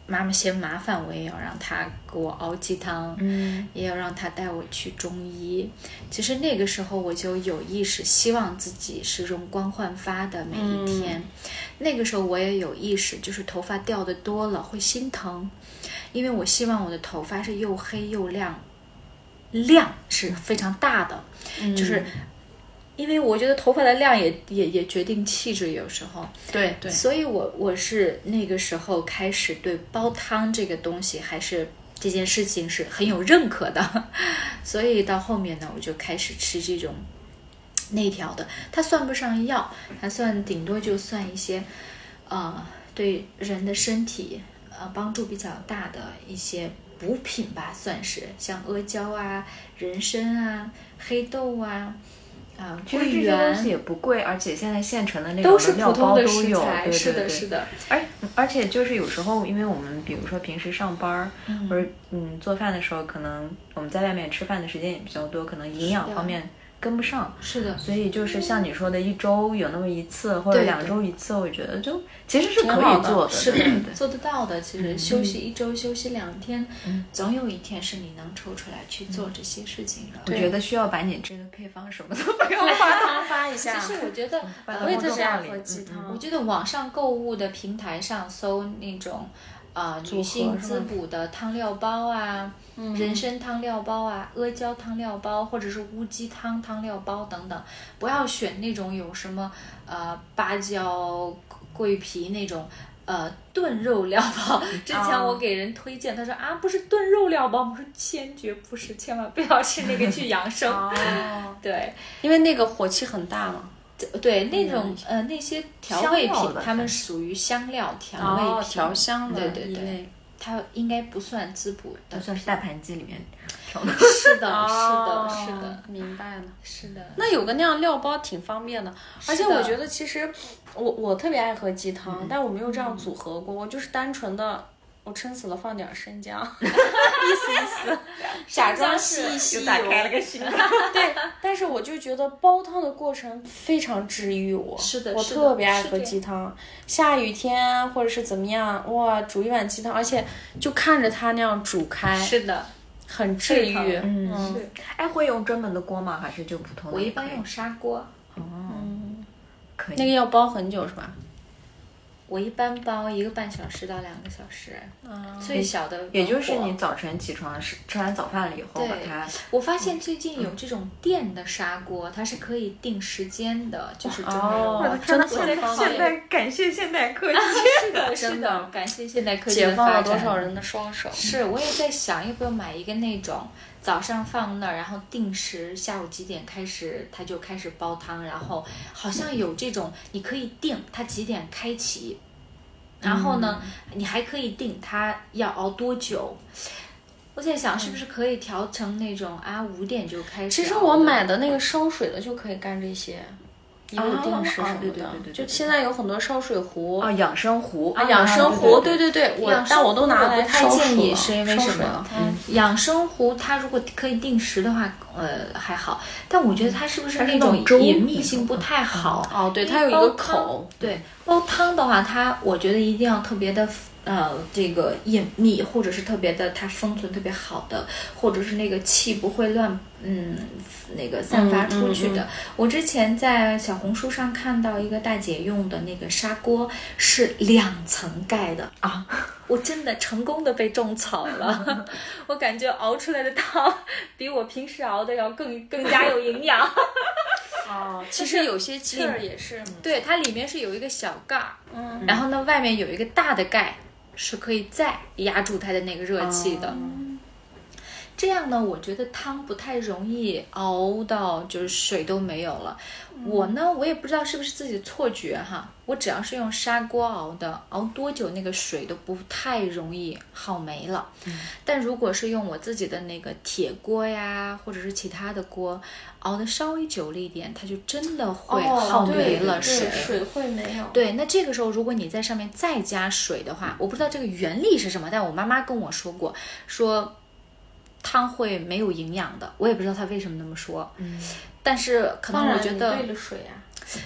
妈妈嫌麻烦，我也要让她给我熬鸡汤，也要让她带我去中医。其实那个时候我就有意识，希望自己是容光焕发的每一天。那个时候我也有意识，就是头发掉的多了会心疼，因为我希望我的头发是又黑又亮，量是非常大的，就是因为我觉得头发的量也决定气质，有时候对， 所以我是那个时候开始对煲汤这个东西还是这件事情是很有认可的，所以到后面呢，我就开始吃这种内调的，它算不上药，它顶多就算一些对人的身体帮助比较大的一些补品吧，算是像阿胶啊、人参啊、黑豆啊。 其实这些东西也不贵，而且现在现成的那都是种料普通的包都有， 食材， 对是的， 对是的。 而且就是有时候，因为我们比如说平时上班或者做饭的时候，可能我们在外面吃饭的时间也比较多，可能营养方面跟不上， 是的， 所以就是像你说的，1周有那么1次或者2周1次，我觉得就其实是可以做的， 是的， 对做得到的。其实休息1周，休息2天，总有一天是你能抽出来去做这些事情的。 我觉得需要把你这个配方什么都不用发一下。 其实我觉得， 我也特别爱喝鸡汤。 我觉得网上购物的平台上搜那种女性滋补的汤料包啊，人参汤料包啊，阿胶汤料包，或者是乌鸡汤汤料包等等，不要选那种有什么芭蕉、桂皮那种炖肉料包。之前我给人推荐，他说不是炖肉料包，我说坚决不是，千万不要吃那个去养生。对， 因为那个火气很大嘛。 对，那种那些调味品，它们属于香料调味品， 调香的， 对对对，它应该不算滋补的， 算是大盘鸡里面调的。 是的，是的， 明白了， 是的。 那有个那样料包挺方便的，而且我觉得其实我特别爱喝鸡汤，但我没有这样组合过，我就是单纯的。我撑死了放点生姜，意思，假装吸一吸油， 又打开了个新的。 对，但是我就觉得煲汤的过程非常治愈我。 是的， 我特别爱喝鸡汤，下雨天或者是怎么样，哇，煮一碗鸡汤，而且就看着它那样煮开， 是的， 很治愈。 是。 哎，会用专门的锅吗？还是就普通的？ 我一般用砂锅。 可以。 那个要煲很久是吧？ 我一般煲1个半小时到2个小时，最小的。 也就是你早晨起床吃完早饭了以后，把它。 我发现最近有这种电的砂锅，它是可以定时间的，就是真的真的很方便。 感谢现代科技， 是的，感谢现代科技解放了多少人的双手。 是，我也在想，要不要买一个那种早上放那儿，然后定时下午几点开始，它就开始煲汤，然后好像有这种你可以定它几点开启。然后呢，你还可以定它要熬多久。我在想，是不是可以调成那种5点就开始？ 其实我买的那个烧水的就可以干这些，也有定时什么的。 就现在有很多烧水壶养生壶养生壶，对，但我都拿来烧水了。 不太建议，是因为什么？养生壶它如果可以定时的话，还好。但我觉得它是不是那种隐秘性不太好？ 对，它有一个口。 对，煲汤的话，我觉得一定要特别的。这个隐秘，或者是特别的，它封存特别好的，或者是那个气不会乱，那个散发出去的。我之前在小红书上看到一个大姐用的那个砂锅是2层盖的我真的成功的被种草了，我感觉熬出来的汤比我平时熬的要更加有营养。 其实有些气儿也是， 对，它里面是有一个小盖儿，然后呢外面有一个大的盖。是可以再压住它的那个热气的，这样呢，我觉得汤不太容易熬到就是水都没有了。我也不知道是不是自己的错觉哈，我只要是用砂锅熬的，熬多久那个水都不太容易耗没了。但如果是用我自己的那个铁锅呀，或者是其他的锅熬的稍微久了一点，它就真的会耗没了水， 水会没有。 对，那这个时候如果你在上面再加水的话，我不知道这个原理是什么，但我妈妈跟我说过，说汤会没有营养的，我也不知道她为什么那么说。但是可能我觉得对了水啊， 当然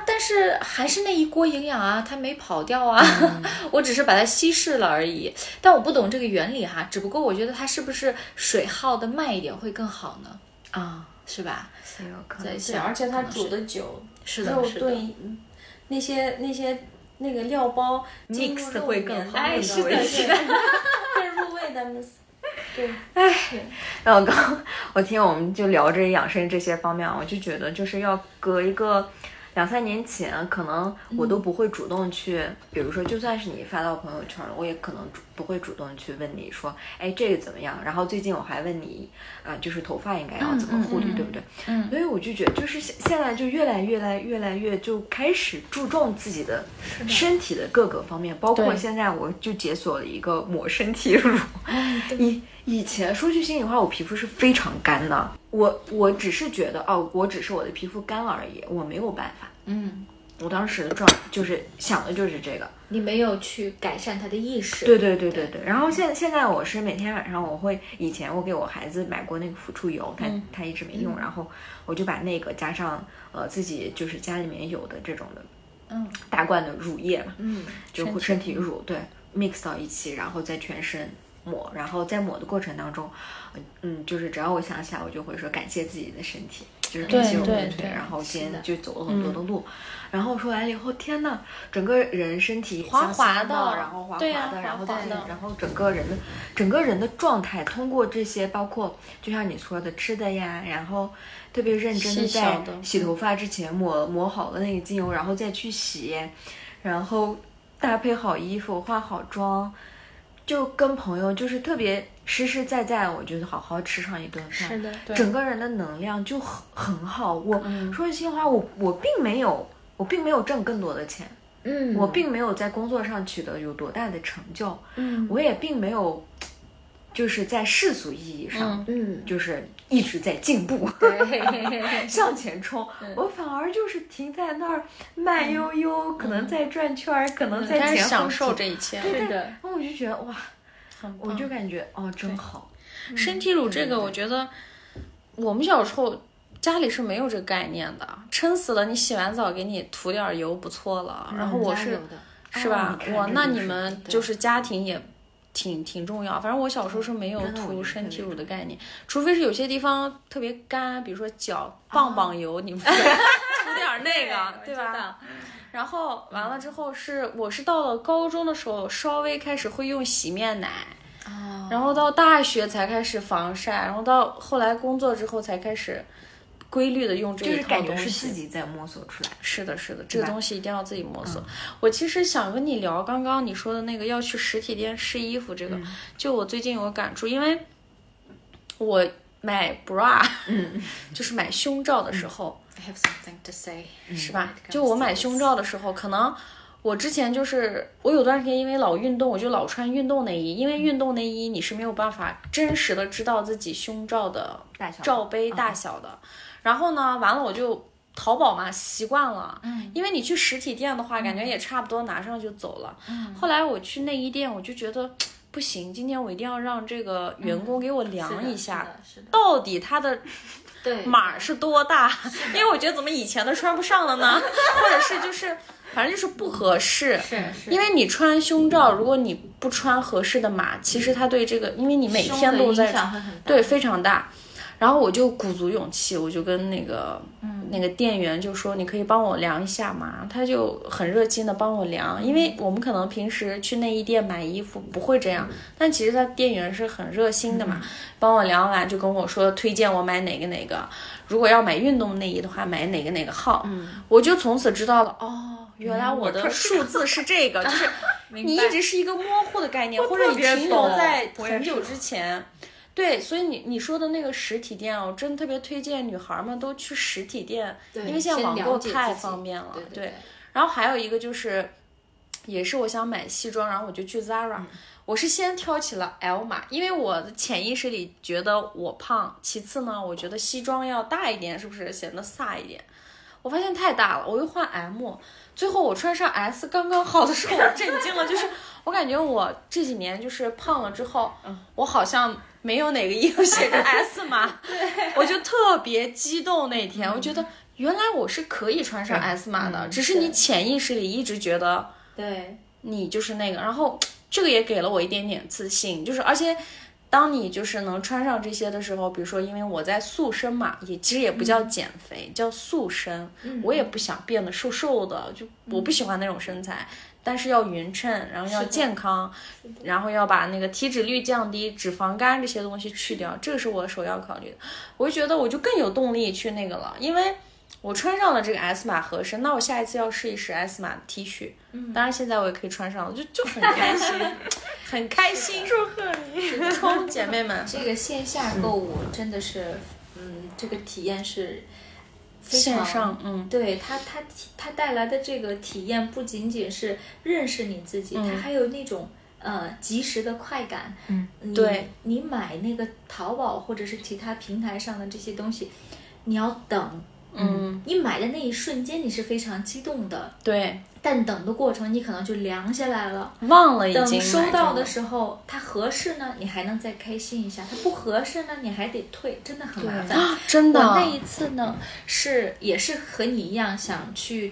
但是还是那一锅营养啊，它没跑掉啊，我只是把它稀释了而已。但我不懂这个原理哈，只不过我觉得它是不是水耗的慢一点会更好呢？ 啊， 是吧？ 也有可能。 在对， 想， 而且它煮的久， 是的， 肉是的。 炖那些那个料包 mix 会更好。 哎，是的，是的，更入味的 mix。对， 然后我听我们就聊这养生这些方面，我就觉得就是要隔一个2-3年前，可能我都不会主动去，比如说就算是你发到朋友圈了，我也可能不会主动去问你说，哎，这个怎么样？然后最近我还问你就是头发应该要怎么护理，对不对？所以我就觉得就是现在就越来越就开始注重自己的身体的各个方面，包括现在我就解锁了一个抹身体乳。以前说句心里话，我皮肤是非常干的，我只是觉得我只是我的皮肤干了而已，我没有办法。我当时的就是想的就是这个， 你没有去改善他的意识。 对。然后现在我是每天晚上以前我给我孩子买过那个抚触油，他一直没用，然后我就把那个加上自己就是家里面有的这种的大罐的乳液嘛，就身体乳，对，mix 到一起，然后再全身抹，然后在抹的过程当中，就是只要我想起来，我就会说感谢自己的身体，就是感谢我的腿，然后今天就走了很多的路，然后说完了以后，天呐，整个人身体滑滑的， 然后滑滑对啊的，然后滑滑的然后整个人的状态，通过这些，包括就像你说的吃的呀，然后特别认真的在洗头发之前抹好了那个精油，然后再去洗，然后搭配好衣服，化好妆。就跟朋友就是特别实实在在，我觉得好好吃上一顿饭， 是的，对， 整个人的能量就很好。我说心里话，我并没有挣更多的钱，我并没有在工作上取得有多大的成就，我也并没有就是在世俗意义上，就是一直在进步，向前冲。我反而就是停在那儿慢悠悠，可能在转圈，可能在前后享受这一切。 对的。然后我就觉得哇，我就感觉真好。 身体乳这个，我觉得我们小时候家里是没有这个概念的，撑死了你洗完澡给你涂点油不错了。然后我是吧？那你们就是家庭也挺重要，反正我小时候是没有涂身体乳的概念，除非是有些地方特别干，比如说脚棒油，你们涂点那个，对吧？然后完了之后我是到了高中的时候稍微开始会用洗面奶，然后到大学才开始防晒，然后到后来工作之后才开始规律的用这一套东西， 就是感觉是自己在摸索出来。 是的，这个东西一定要自己摸索。我其实想跟你聊刚刚你说的那个要去实体店试衣服这个，就我最近有个感触，因为我买 bra，就是买胸罩的时候 ，I have something to say， 是吧？就我买胸罩的时候，可能我之前就是我有段时间因为老运动，我就老穿运动内衣，因为运动内衣你是没有办法真实的知道自己胸罩的罩杯大小的。然后呢，完了我就淘宝嘛，习惯了，因为你去实体店的话，感觉也差不多拿上就走了。后来我去内衣店，我就觉得不行，今天我一定要让这个员工给我量一下，到底他的码是多大，因为我觉得怎么以前的穿不上了呢，或者是就是反正就是不合适。因为你穿胸罩，如果你不穿合适的码，其实它对这个，因为你每天都在穿，对，非常大。然后我就鼓足勇气，我就跟那个店员就说，你可以帮我量一下吗？他就很热心的帮我量，因为我们可能平时去内衣店买衣服不会这样，但其实他店员是很热心的嘛，帮我量完就跟我说推荐我买哪个，如果要买运动内衣的话买哪个号，我就从此知道了，原来我的数字是这个，就是你一直是一个模糊的概念，或者你停留在很久之前。对，所以你说的那个实体店，我真的特别推荐女孩们都去实体店，因为现在网购太方便了。对，然后还有一个就是，也是我想买西装，然后我就去 Zara，我是先挑起了 L 码，因为我的潜意识里觉得我胖，其次呢，我觉得西装要大一点，是不是显得飒一点？我发现太大了，我又换 M， 最后我穿上 S 刚刚好的时候，我震惊了，就是我感觉我这几年就是胖了之后，我好像没有哪个衣服写着 S 码，我就特别激动那天，我觉得原来我是可以穿上 S 码的，只是你潜意识里一直觉得对你就是那个，然后这个也给了我一点点自信，就是而且当你就是能穿上这些的时候，比如说因为我在塑身嘛，其实也不叫减肥，叫塑身，我也不想变得瘦瘦的，就我不喜欢那种身材，但是要匀称，然后要健康，然后要把那个体脂率降低，脂肪肝这些东西去掉，这个是我首要考虑的。我就觉得我就更有动力去那个了，因为我穿上了这个 S 码合身，那我下一次要试一试 S 码的 T 恤，当然现在我也可以穿上了，就很开心，很开心。祝贺你，冲姐妹们！ 这个线下购物真的是，这个体验是非常线上， 对它带来的这个体验不仅仅是认识你自己，它还有那种及时的快感。 对， 你买那个淘宝或者是其他平台上的这些东西，你要等。你买的那一瞬间你是非常激动的， 对， 但等的过程你可能就凉下来了， 忘了已经等收到的时候，它合适呢，你还能再开心一下；它不合适呢，你还得退，真的很麻烦。 真的， 我那一次呢，也是和你一样想去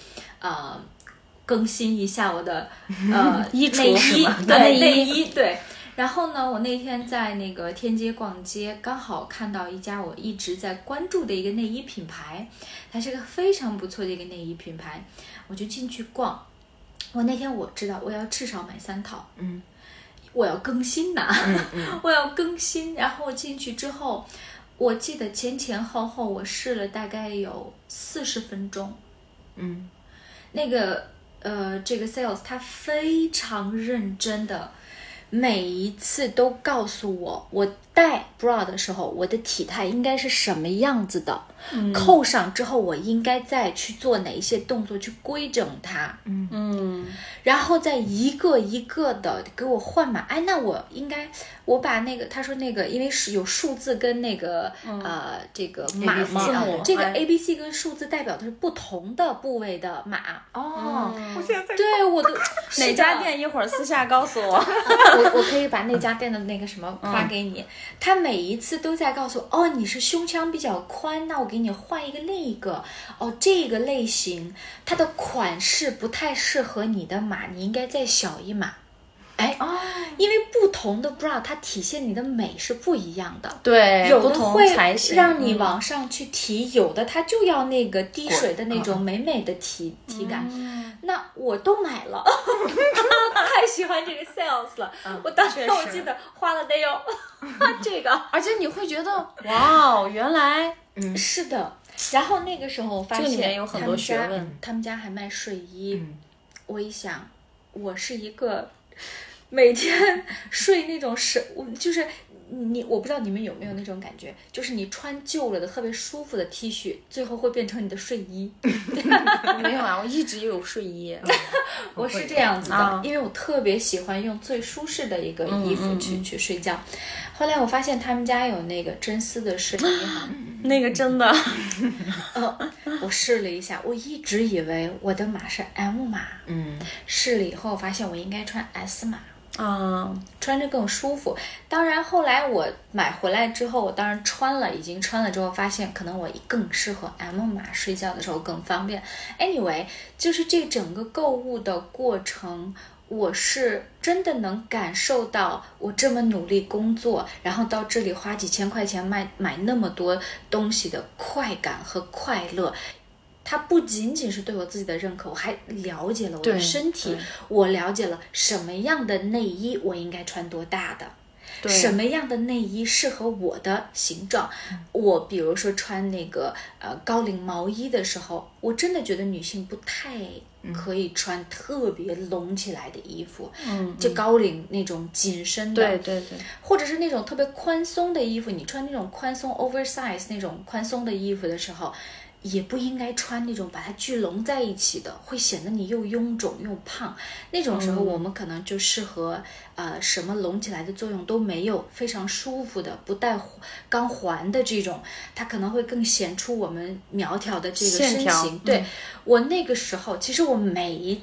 更新一下我的衣橱内衣， 是吧对内衣对。然后呢，我那天在那个天街逛街，刚好看到一家我一直在关注的一个内衣品牌，它是个非常不错的一个内衣品牌，我就进去逛。我那天我知道我要至少买3套，我要更新呐，我要更新。然后进去之后，我记得前后我试了大概有40分钟，那个这个 sales 他非常认真的。每一次都告诉我戴 bra 的时候我的体态应该是什么样子的，扣上之后我应该再去做哪一些动作去规整它，然后再一个一个的给我换码。哎，那我把那个他说那个因为是有数字跟那个这个码字母，这个 ABC 跟数字代表的是不同的部位的码。 我现在对我的哪家店一会儿私下告诉我。 我可以把那家店的那个什么发给你。他每一次都在告诉我，你是胸腔比较宽，那我给你换一个另一个。这个类型它的款式不太适合你的码，你应该再小一码。因为不同的 bra 它体现你的美是不一样的， 对， 有的会让你嗯往上去提，有的它就要那个滴水的那种美美的体感。那我都买了，太喜欢这个 sales 了。我当时我记得花了得有这个， 而且你会觉得哇，原来是的。然后那个时候我发这里面现有很多学问， 他们家还卖睡衣。我一想，我是一个每天睡那种就是我不知道你们有没有那种感觉，就是你穿旧了的特别舒服的 T 恤，最后会变成你的睡衣。 没有啊，我一直有睡衣。 我是这样子的，因为我特别喜欢用最舒适的一个衣服去睡觉。后来我发现他们家有那个真丝的睡衣哈， 那个真的， 我试了一下，我一直以为我的码是 M 码，试了以后发现我应该穿 S 码。穿着更舒服。当然后来我买回来之后，我当然已经穿了之后发现可能我更适合 M 码，睡觉的时候更方便。Anyway， 就是这整个购物的过程，我是真的能感受到我这么努力工作，然后到这里花几千块钱买那么多东西的快感和快乐。它不仅仅是对我自己的认可，我还了解了我的身体，我了解了什么样的内衣我应该穿多大的，什么样的内衣适合我的形状。我比如说穿那个高领毛衣的时候，我真的觉得女性不太可以穿特别隆起来的衣服，就高领那种紧身的， 对， 或者是那种特别宽松的衣服，你穿那种宽松 oversize 那种宽松的衣服的时候，也不应该穿那种把它聚拢在一起的，会显得你又臃肿又胖。那种时候我们可能就适合什么拢起来的作用都没有，非常舒服的不带钢环的这种，它可能会更显出我们苗条的这个身形。对，我那个时候其实我每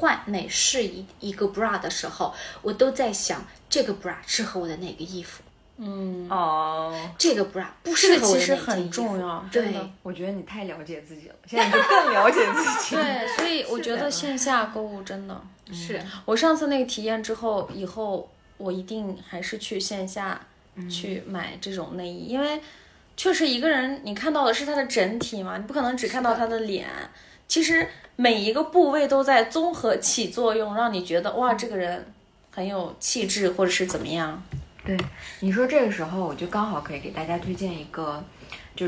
试一个 bra 的时候，我都在想这个 bra 适合我的哪个衣服。 这个不这适合我个其实很的那件衣服重要， 对真的。 我觉得你太了解自己了，现在就更了解自己。 对，所以我觉得线下购物真的， 是我上次那个体验之后，以后我一定还是去线下去买这种内衣，因为确实一个人你看到的是他的整体嘛，你不可能只看到他的脸，其实每一个部位都在综合起作用，让你觉得哇，这个人很有气质，或者是怎么样。 对，你说这个时候，我就刚好可以给大家推荐一个，就是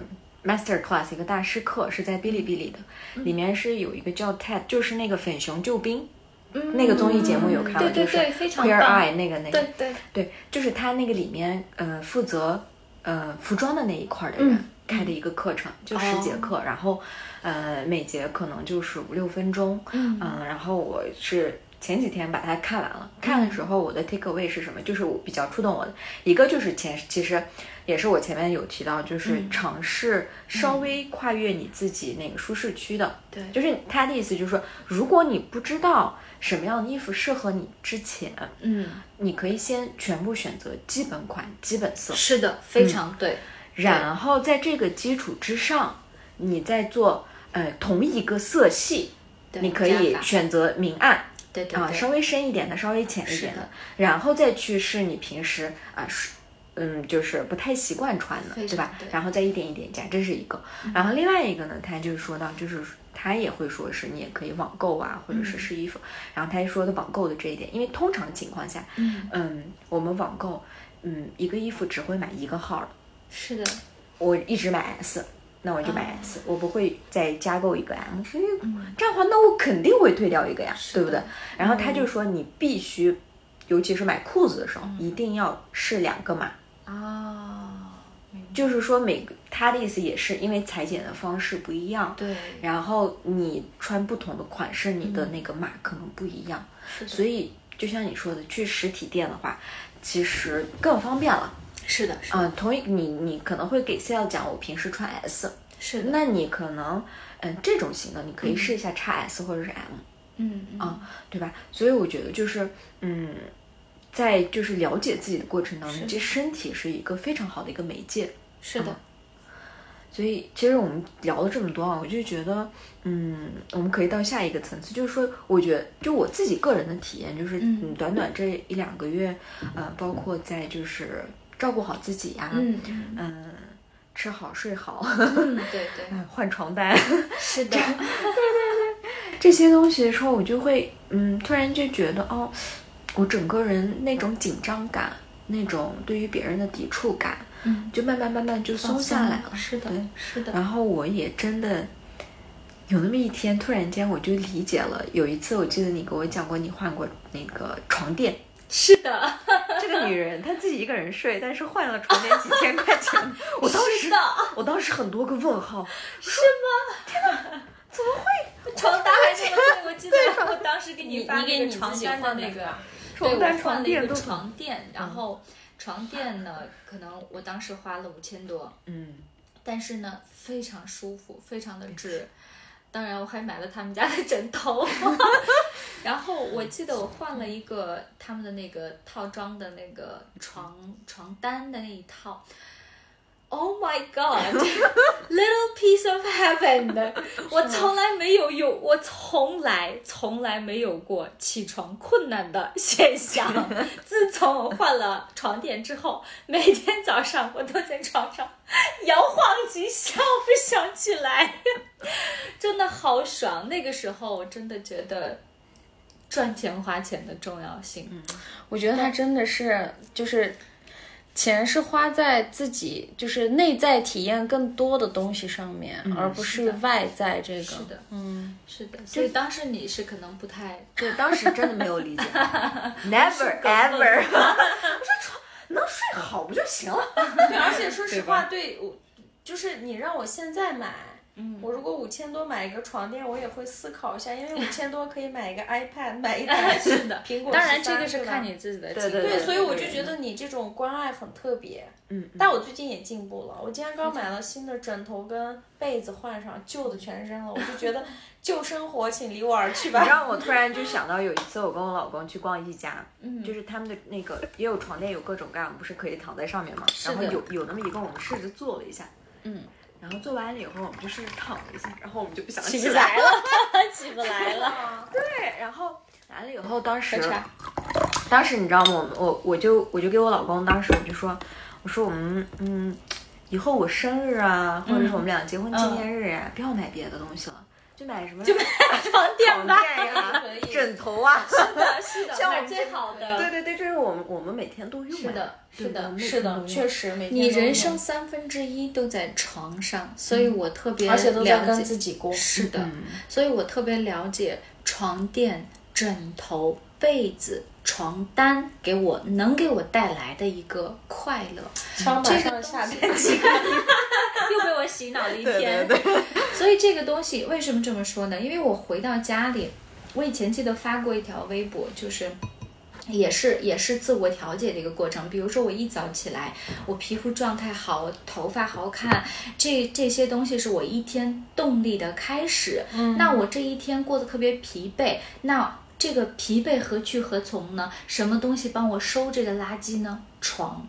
Master Class 一个大师课，是在哔哩哔哩的，里面是有一个叫 TED， 就是那个粉熊救兵，那个综艺节目有看过， 对对对， 就是非常 Queer 棒 Eye 那个， 对， 就是他那个里面负责服装的那一块的人开的一个课程，就10节课，然后每节可能就是5-6分钟，然后我是前几天把它看完了，看的时候我的 take away 是什么？就是我比较触动我的一个就是其实也是我前面有提到，就是尝试稍微跨越你自己那个舒适区的， 对， 就是他的意思就是说，如果你不知道什么样的衣服适合你之前，你可以先全部选择基本款、基本色， 是的，非常对， 然后在这个基础之上，你再做同一个色系，你可以选择明暗。 对， 稍微深一点的，稍微浅一点的，然后再去试你平时就是不太习惯穿的，对吧？然后再一点一点加，这是一个。然后另外一个呢，他就是说到，就是他也会说是你也可以网购啊，或者是试衣服。然后他说的网购的这一点，因为通常情况下，我们网购，一个衣服只会买一个号的。 是的， 我一直买 S。那我就买 S，我不会再加购一个 M，因为这样的话，那我肯定会退掉一个呀，对不对？然后他就说你必须，尤其是买裤子的时候，一定要试2个码。就是说他的意思也是因为裁剪的方式不一样， 对， 然后你穿不同的款式，你的那个码可能不一样，所以就像你说的，去实体店的话，其实更方便了。 是的， 同一你可能会给 sale 讲我平时穿 S， 是的， 那你可能这种型的你可以试一下 XS 或者是 M，对吧？所以我觉得就是在就是了解自己的过程当中，其实身体是一个非常好的一个媒介， 是的。 所以其实我们聊了这么多啊，我就觉得我们可以到下一个层次，就是说我觉得就我自己个人的体验就是短短这1-2个月包括在就是照顾好自己呀，吃好睡好， 对， 换床单， 是的，对， 这些东西的时候，我就会突然就觉得我整个人那种紧张感，那种对于别人的抵触感，就慢慢就松下来了。 是的，是的。 然后我也真的有那么一天，突然间我就理解了。有一次我记得你给我讲过，你换过那个床垫。 是的， 这个女人她自己一个人睡，但是换了床垫几千块钱，我当时很多个问号， 是吗？ 天哪，怎么会？ 床单还这么贵？我记得我当时给你发那个床单的那个，对，我换了一个床垫，然后床垫呢，可能我当时花了5000多，但是呢非常舒服，非常的直。当然我还买了他们家的枕头然后我记得我换了一个他们的那个套装的那个床单的那一套， Oh my god little piece of heaven 我从来没有我从来没有过起床困难的现象自从我换了床垫之后，每天早上我都在床上摇晃几下不想起来真的好爽。那个时候我真的觉得赚钱花钱的重要性， 我觉得它真的是就是钱是花在自己就是内在体验更多的东西上面，而不是外在这个。 是的，是的。所以当时你是可能不太对，当时真的没有理解，never ever 我说能睡好不就行了？ 对，而且说实话，对我就是你让我现在买， 我如果5000多买一个床垫，我也会思考一下，因为5000多可以买一个 iPad， 买一台是的， 苹果13。 当然这个是看你自己的经历。 对，所以我就觉得你这种关爱很特别。但我最近也进步了，我今天刚买了新的枕头跟被子换上，旧的全扔了，我就觉得旧生活请离我而去吧。 让我突然就想到有一次我跟我老公去逛宜家，就是他们的那个也有床垫，有各种各样，不是可以躺在上面吗？然后有那么一个我们试着做了一下，然后做完了以后我们就试着躺了一下，然后我们就不想起来了， 起不来了。 对，然后来了以后，当时你知道吗？我就给我老公，当时我就说，我说我们以后我生日啊，或者是我们俩结婚纪念日啊，不要买别的东西了。就买什么？ 就买床垫吧， 枕头啊， 是的，买最好的。 对，这是我们每天都用的。 是的，确实每天。 你人生1/3都在床上，所以我特别而且都在跟自己过。 是的，所以我特别了解床垫、枕头、被子、床单能给我带来的一个快乐。 上马上下天气。 又被我洗脑了一天。 对。 所以这个东西为什么这么说呢？因为我回到家里，我以前记得发过一条微博，就是也是自我调节的一个过程。比如说我一早起来，我皮肤状态好，我头发好看，这些东西是我一天动力的开始。那我这一天过得特别疲惫，那这个疲惫何去何从呢？什么东西帮我收这个垃圾呢？床。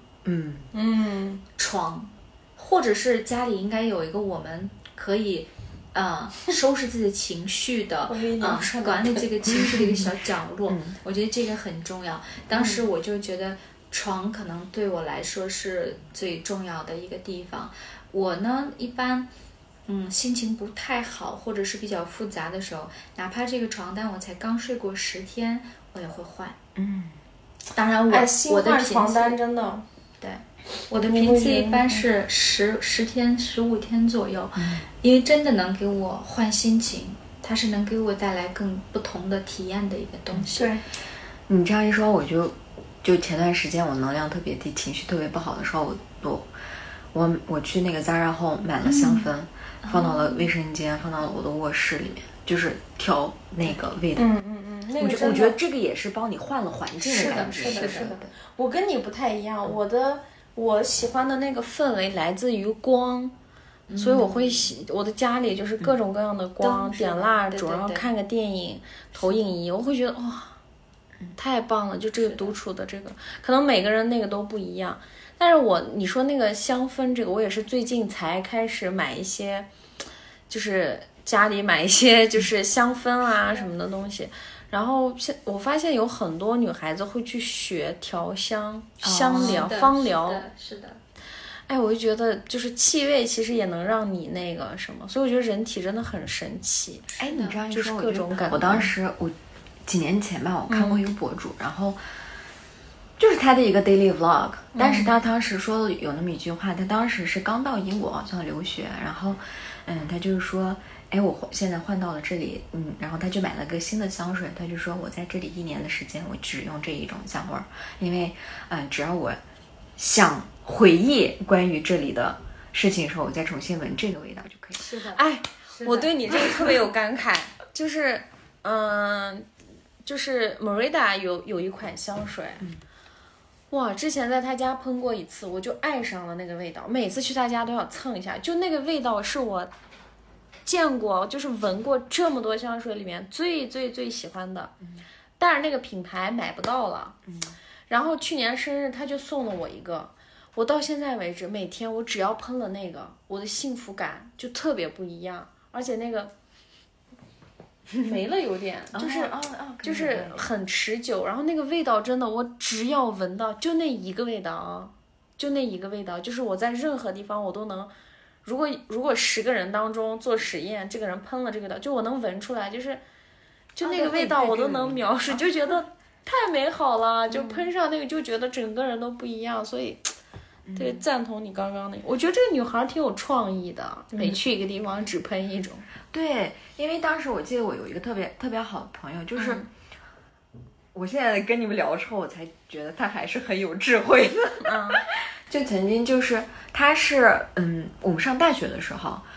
床，或者是家里应该有一个我们可以收拾自己的情绪的管理这个情绪的一个小角落。我觉得这个很重要。当时我就觉得床可能对我来说是最重要的一个地方。我呢一般心情不太好或者是比较复杂的时候，哪怕这个床单我才刚睡过10天，我也会换。当然我的床单真的对，我的频次一般是10天15天左右，因为真的能给我换心情，它是能给我带来更不同的体验的一个东西。 对， 你这样一说，我就前段时间我能量特别低，情绪特别不好的时候，我去那个 Zara Home 买了香氛，放到了卫生间，放到了我的卧室里面，就是调那个味道。我觉得这个也是帮你换了环境的感觉。 是的。我跟你不太一样，我喜欢的那个氛围来自于光，所以我会我的家里就是各种各样的光，点蜡烛，然后看个电影，投影仪，我会觉得哇，太棒了！就这个独处的这个，可能每个人那个都不一样。但是你说那个香氛这个，我也是最近才开始买一些，就是家里买一些就是香氛啊什么的东西。然后我发现有很多女孩子会去学调香、香疗、芳疗。 是的。 哎，我就觉得就是气味其实也能让你那个什么，所以我觉得人体真的很神奇。 哎，你这样一说， 就是各种感觉。 我当时几年前吧，我看过一个博主，然后就是他的一个 daily vlog，但是他当时说了有那么一句话，他当时是刚到英国好像留学，然后他就是说，哎，我现在换到了这里，然后他就买了个新的香水，他就说我在这里1年的时间，我只用这一种香味儿，因为只要我想回忆关于这里的事情的时候，我再重新闻这个味道就可以。 是的。 哎，我对你这个特别有感慨，就是就是 Merida 有一款香水，哇，之前在他家喷过一次，我就爱上了那个味道，每次去他家都要蹭一下，就那个味道是我见过就是闻过这么多香水里面最最最喜欢的，但是那个品牌买不到了，然后去年生日他就送了我一个，我到现在为止每天我只要喷了那个，我的幸福感就特别不一样，而且那个没了有点，就是很持久，然后那个味道真的，我只要闻到就那一个味道啊，就那一个味道，就是我在任何地方我都能，如果10个人当中做实验，这个人喷了这个味道，就我能闻出来，就那个味道我都能描述，就觉得太美好了，就喷上那个就觉得整个人都不一样，所以特别赞同你刚刚那个，我觉得这个女孩挺有创意的，每去一个地方只喷一种。 对，因为当时我记得我有一个特别特别好的朋友，就是我现在跟你们聊之后，我才觉得他还是很有智慧的。就曾经就是他是我们上大学的时候，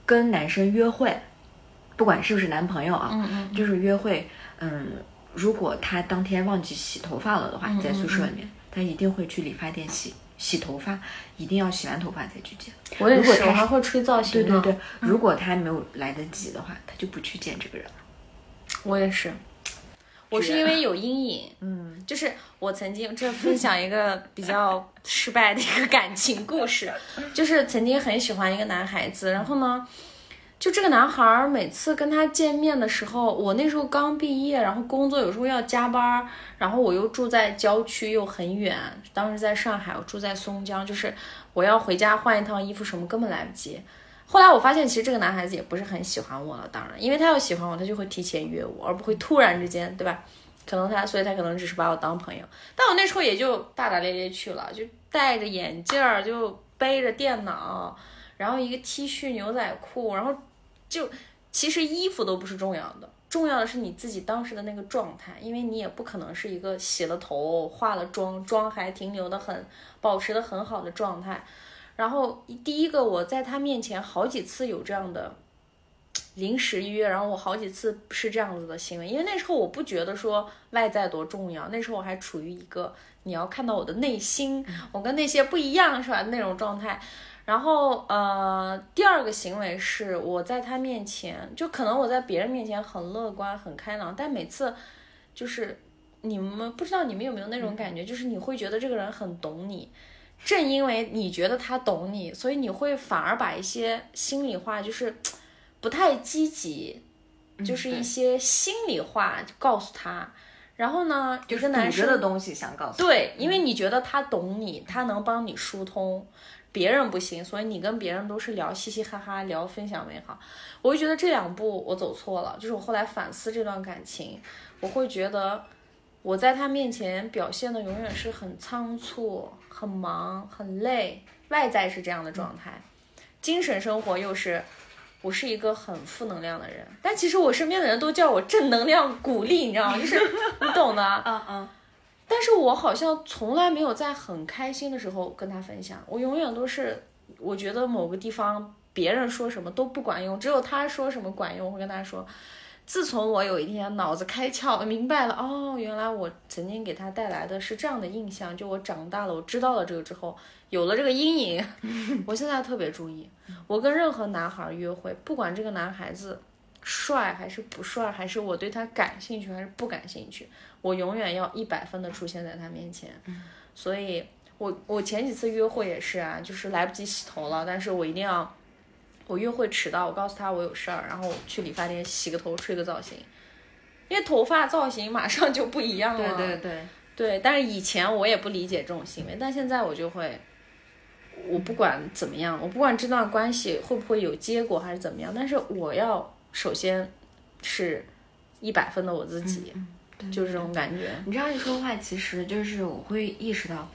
跟男生约会，不管是不是男朋友啊，就是约会，如果他当天忘记洗头发了的话，在宿舍里面，他一定会去理发店洗头发，一定要洗完头发再去剪。 我也是， 如果他我还会吹造型呢。 对，如果他没有来得及的话，他就不去见这个人了。 我也是。我是因为有阴影，就是我曾经这分享一个比较失败的一个感情故事，就是曾经很喜欢一个男孩子，然后呢，就这个男孩每次跟他见面的时候，我那时候刚毕业，然后工作有时候要加班，然后我又住在郊区又很远，当时在上海，我住在松江，就是我要回家换一趟衣服什么根本来不及。后来我发现其实这个男孩子也不是很喜欢我了，当然因为他要喜欢我，他就会提前约我，而不会突然之间，对吧？所以他可能只是把我当朋友，但我那时候也就大大咧咧去了，就戴着眼镜儿，就背着电脑，然后一个 T 恤牛仔裤，然后就其实衣服都不是重要的，重要的是你自己当时的那个状态，因为你也不可能是一个洗了头化了妆还停留的保持的很好的状态。然后第一个我在他面前好几次有这样的临时约，然后我好几次是这样子的行为，因为那时候我不觉得说外在多重要，那时候我还处于一个你要看到我的内心，我跟那些不一样是吧那种状态。然后第二个行为是我在他面前，就可能我在别人面前很乐观很开朗，但每次就是你们不知道你们有没有那种感觉，就是你会觉得这个人很懂你，正因为你觉得他懂你，所以你会反而把一些心里话就是不太积极，就是一些心里话告诉他。然后呢， 就是男生的东西想告诉他。 对，因为你觉得他懂你，他能帮你疏通，别人不行，所以你跟别人都是聊嘻嘻哈哈，聊分享美好。我就觉得这2步我走错了，就是我后来反思这段感情，我会觉得我在他面前表现的永远是很仓促、很忙、很累，外在是这样的状态，精神生活又是我是一个很负能量的人，但其实我身边的人都叫我正能量鼓励，你知道吗？就是你懂的。但是我好像从来没有在很开心的时候跟他分享，我永远都是我觉得某个地方别人说什么都不管用，只有他说什么管用。我会跟他说，自从我有一天脑子开窍，明白了，原来我曾经给他带来的是这样的印象，就我长大了，我知道了这个之后，有了这个阴影，我现在特别注意，我跟任何男孩约会，不管这个男孩子帅还是不帅，还是我对他感兴趣还是不感兴趣，我永远要100分的出现在他面前。所以我前几次约会也是啊，就是来不及洗头了，但是我一定要，我约会迟到，我告诉他我有事儿，然后去理发店洗个头吹个造型，因为头发造型马上就不一样了。对，但是以前我也不理解这种行为，但现在我就会，我不管怎么样，我不管这段关系会不会有结果还是怎么样，但是我要首先是100分的我自己。就是这种感觉。 你这样一说话，其实就是我会意识到，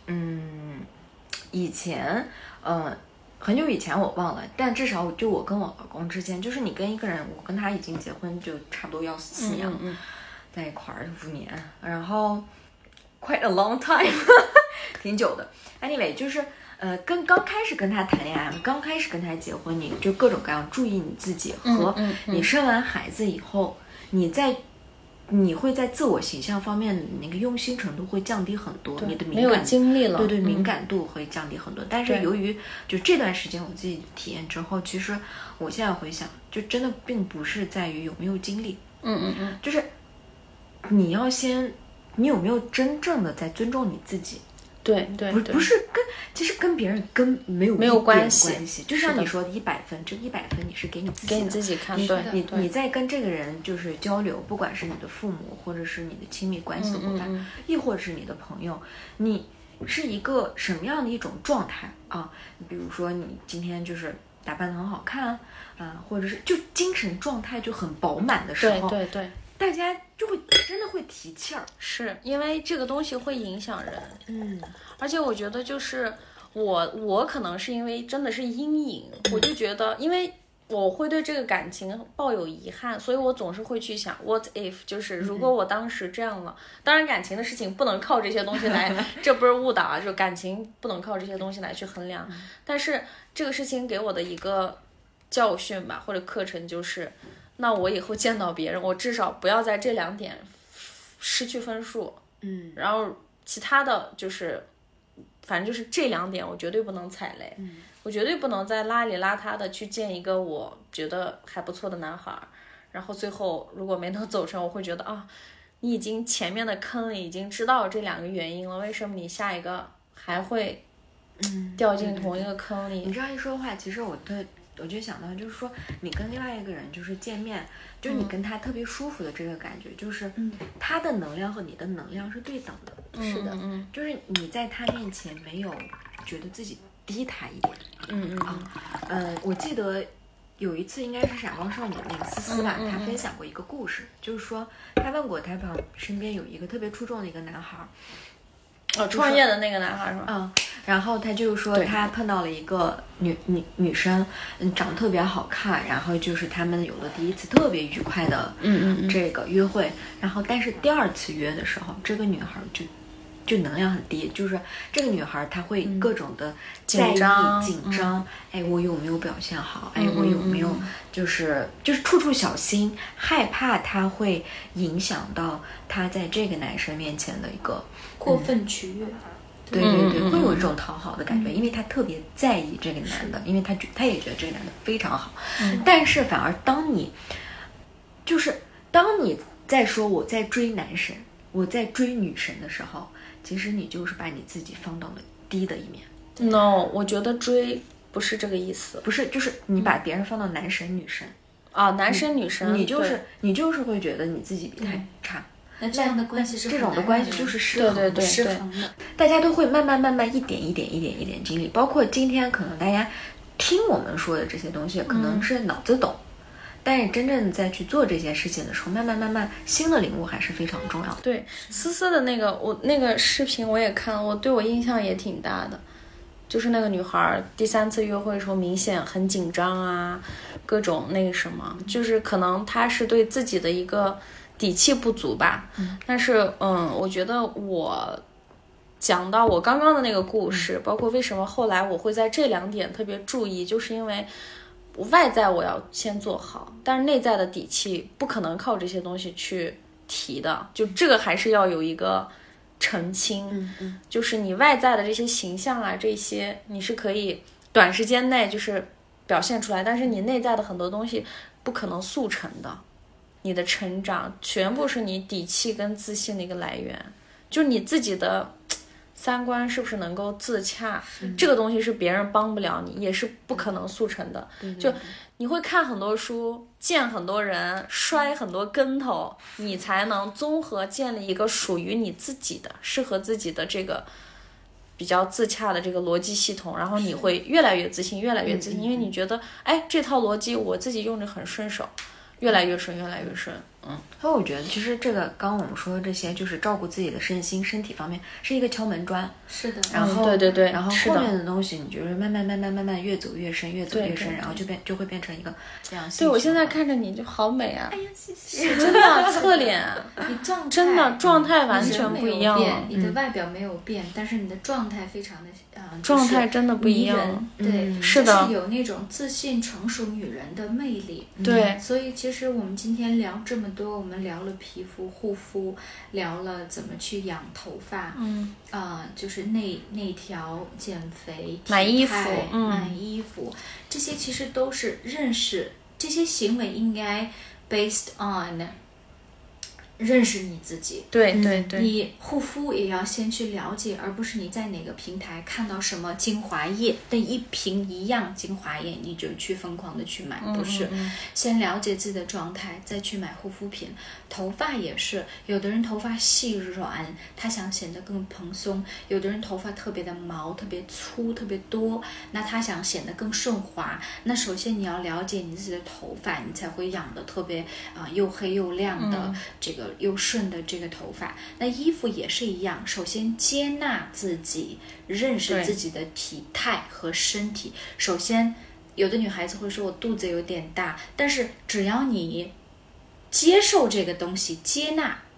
以前，很久以前我忘了，但至少就我跟我老公之间，就是你跟一个人，我跟他已经结婚就差不多要4年了，在一块儿5年，然后 quite a long time， 挺久的。Anyway， 就是跟刚开始跟他谈恋爱，刚开始跟他结婚，你就各种各样注意你自己，和你生完孩子以后，你会在自我形象方面那个用心程度会降低很多，你的敏感， 没有精力了， 对，敏感度会降低很多。但是由于就这段时间我自己体验之后，其实我现在回想，就真的并不是在于有没有精力，就是你有没有真正的在尊重你自己。 对， 不是其实跟别人没有关系，就像你说的100分，这100分你是给你自己的， 给你自己看。 你在跟这个人就是交流，不管是你的父母，或者是你的亲密关系的伙伴，亦或者是你的朋友，你是一个什么样的一种状态啊？比如说你今天就是打扮得很好看或者是就精神状态就很饱满的时候， 对。 大家就会真的会提气儿， 是因为这个东西会影响人，而且我觉得就是我可能是因为真的是阴影，我就觉得，因为我会对这个感情抱有遗憾，所以我总是会去想 what if， 就是如果我当时这样了，当然感情的事情不能靠这些东西来，这不是误导啊，就感情不能靠这些东西来去衡量，但是这个事情给我的一个教训吧，或者课程就是，那我以后见到别人，我至少不要在这2点失去分数，然后其他的就是，反正就是这2点我绝对不能踩雷，我绝对不能再邋里邋遢的去见一个我觉得还不错的男孩，然后最后如果没能走成，我会觉得啊，你已经前面的坑里已经知道这2个原因了，为什么你下一个还会掉进同一个坑里？ 你这样一说话，其实我就想到，就是说你跟另外一个人就是见面，就是你跟他特别舒服的这个感觉，就是他的能量和你的能量是对等的。 是的， 就是你在他面前没有觉得自己低他一点。我记得有一次应该是闪光少女的那个思思吧，她分享过一个故事，就是说她问过她身边有一个特别出众的一个男孩。 创业的那个男孩是吧？ 然后他就说他碰到了一个女生，长得特别好看，然后就是他们有了第一次特别愉快的这个约会，然后但是第2次约的时候，这个女孩就能量很低，就是这个女孩她会各种的在意紧张，我有没有表现好，我有没有就是处处小心，害怕她会影响到她在这个男生面前的一个过分取悦。 对，会有一种讨好的感觉，因为她特别在意这个男的，因为她也觉得这个男的非常好，但是反而当你在说我在追男神，我在追女神的时候，其实你就是把你自己放到了低的一面。 No， 我觉得追不是这个意思， 不是，就是你把别人放到男神女神男神女神， 你就是会觉得你自己比他差。 那这样的关系是这种的关系就是失衡的， 失衡的。 大家都会慢慢一点一点经历，包括今天可能大家听我们说的这些东西，可能是脑子懂，但是真正在去做这些事情的时候，慢慢新的领悟还是非常重要的。 对，思思的那个视频我也看了，我对我印象也挺大的，就是那个女孩第3次约会的时候明显很紧张啊，各种那个什么，就是可能她是对自己的一个底气不足吧。但是我觉得我讲到我刚刚的那个故事，包括为什么后来我会在这2点特别注意，就是因为外在我要先做好，但是内在的底气不可能靠这些东西去提的，就这个还是要有一个澄清。就是你外在的这些形象啊，这些你是可以短时间内就是表现出来，但是你内在的很多东西不可能速成的，你的成长全部是你底气跟自信的一个来源，就你自己的3观是不是能够自洽，这个东西是别人帮不了你，也是不可能速成的。就你会看很多书，见很多人，摔很多跟头，你才能综合建立一个属于你自己的适合自己的这个比较自洽的这个逻辑系统，然后你会越来越自信，越来越自信，因为你觉得这套逻辑我自己用着很顺手，越来越顺。 所以我觉得其实这个刚刚我们说的这些，就是照顾自己的身体方面是一个敲门砖。 是的。 然后对， 然后后面的东西你就是慢慢越走越深，然后就会变成一个这样。 对，我现在看着你就好美啊！ 哎呀，谢谢。 真的侧脸， 你真的状态完全不一样了。 你的外表没有变，但是你的状态非常的状态真的不一样。 对， 是的， 就是有那种自信成熟女人的魅力。 对， 所以其实我们今天聊这么多，我们聊了皮肤护肤，聊了怎么去养头发，就是内调、减肥、 买衣服， 买衣服，这些其实都是认识，这些行为应该 based on 认识你自己。 对， 你护肤也要先去了解，而不是你在哪个平台看到什么精华液的一瓶一样精华液你就去疯狂的去买，不是，先了解自己的状态再去买护肤品。头发也是，有的人头发细软，他想显得更蓬松，有的人头发特别的毛特别粗特别多，那他想显得更顺滑。那首先你要了解你自己的头发，你才会养得特别又黑又亮的这个又顺的这个头发。那衣服也是一样，首先接纳自己，认识自己的体态和身体。首先有的女孩子会说我肚子有点大，但是只要你接受这个东西，接纳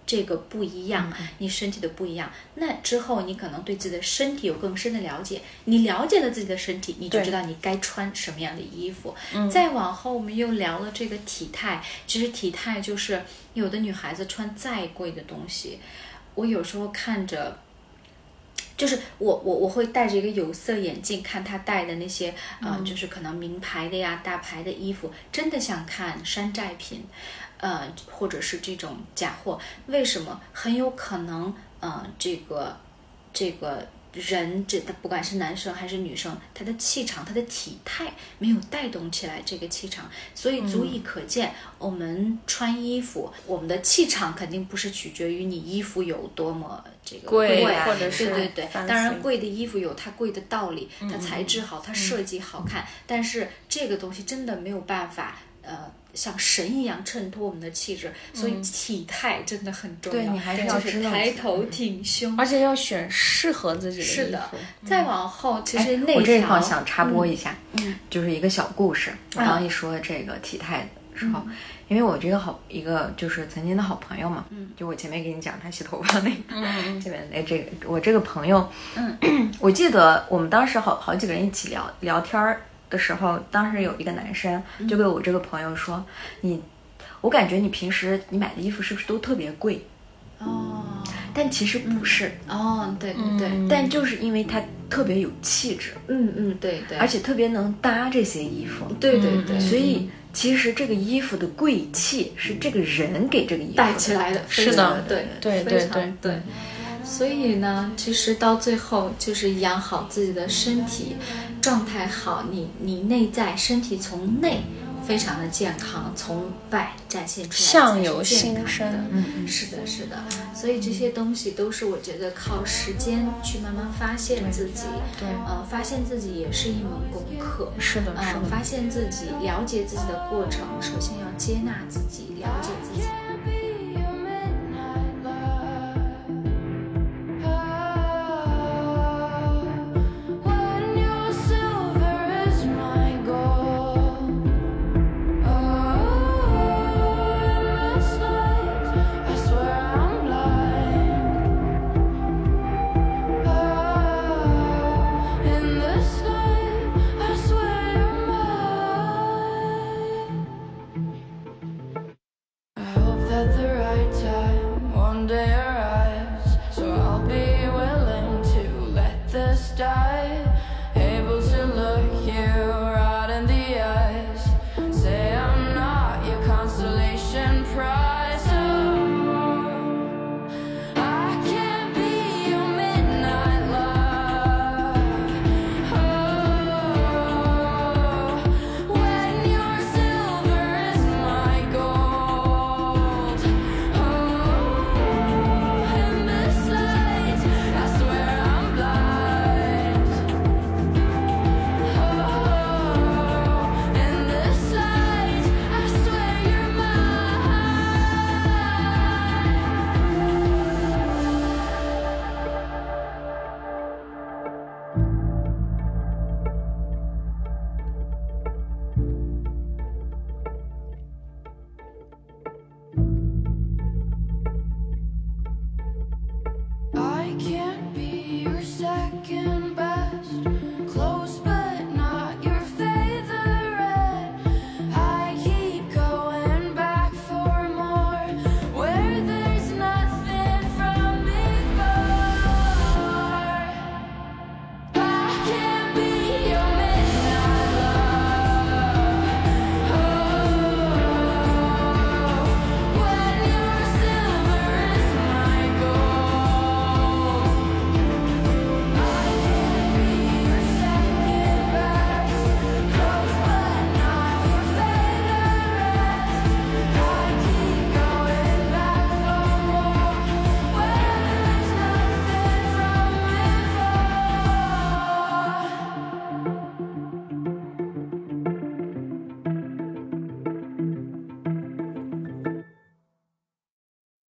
这个不一样，你身体的不一样，那之后你可能对自己的身体有更深的了解，你了解了自己的身体，你就知道你该穿什么样的衣服。再往后我们又聊了这个体态，其实体态就是有的女孩子穿再贵的东西，我有时候看着就是我会戴着一个有色眼镜看她戴的那些就是可能名牌的呀大牌的衣服，真的像看山寨品，或者是这种假货。为什么？很有可能这个人他不管是男生还是女生，他的气场他的体态没有带动起来这个气场，所以足以可见我们穿衣服，我们的气场肯定不是取决于你衣服有多么这个贵， 或者是对，当然贵的衣服有它贵的道理，它材质好，它设计好看，但是这个东西真的没有办法像神一样衬托我们的气质，所以体态真的很重要。 对，你还是要就是抬头挺胸， 而且要选适合自己的衣服。 是的，再往后其实那我这条想插播一下，就是一个小故事。我刚一说这个体态的时候，因为我这个一个就是曾经的好朋友嘛，就我前面给你讲他洗头发那个，这边我这个朋友，我记得我们当时好几个人一起聊天的时候，当时有一个男生就跟我这个朋友说，我感觉你平时你买的衣服是不是都特别贵？但其实不是。 对， 但就是因为他特别有气质， 对， 而且特别能搭这些衣服， 对， 所以其实这个衣服的贵气是这个人给这个衣服带起来的， 是的， 对。所以呢，其实到最后就是养好自己的身体状态好，你内在身体从内非常的健康，从外展现出来相由心生。 是的，所以这些东西都是我觉得靠时间去慢慢发现自己，发现自己也是一门功课。 是的， 发现自己，了解自己的过程，首先要接纳自己，了解自己。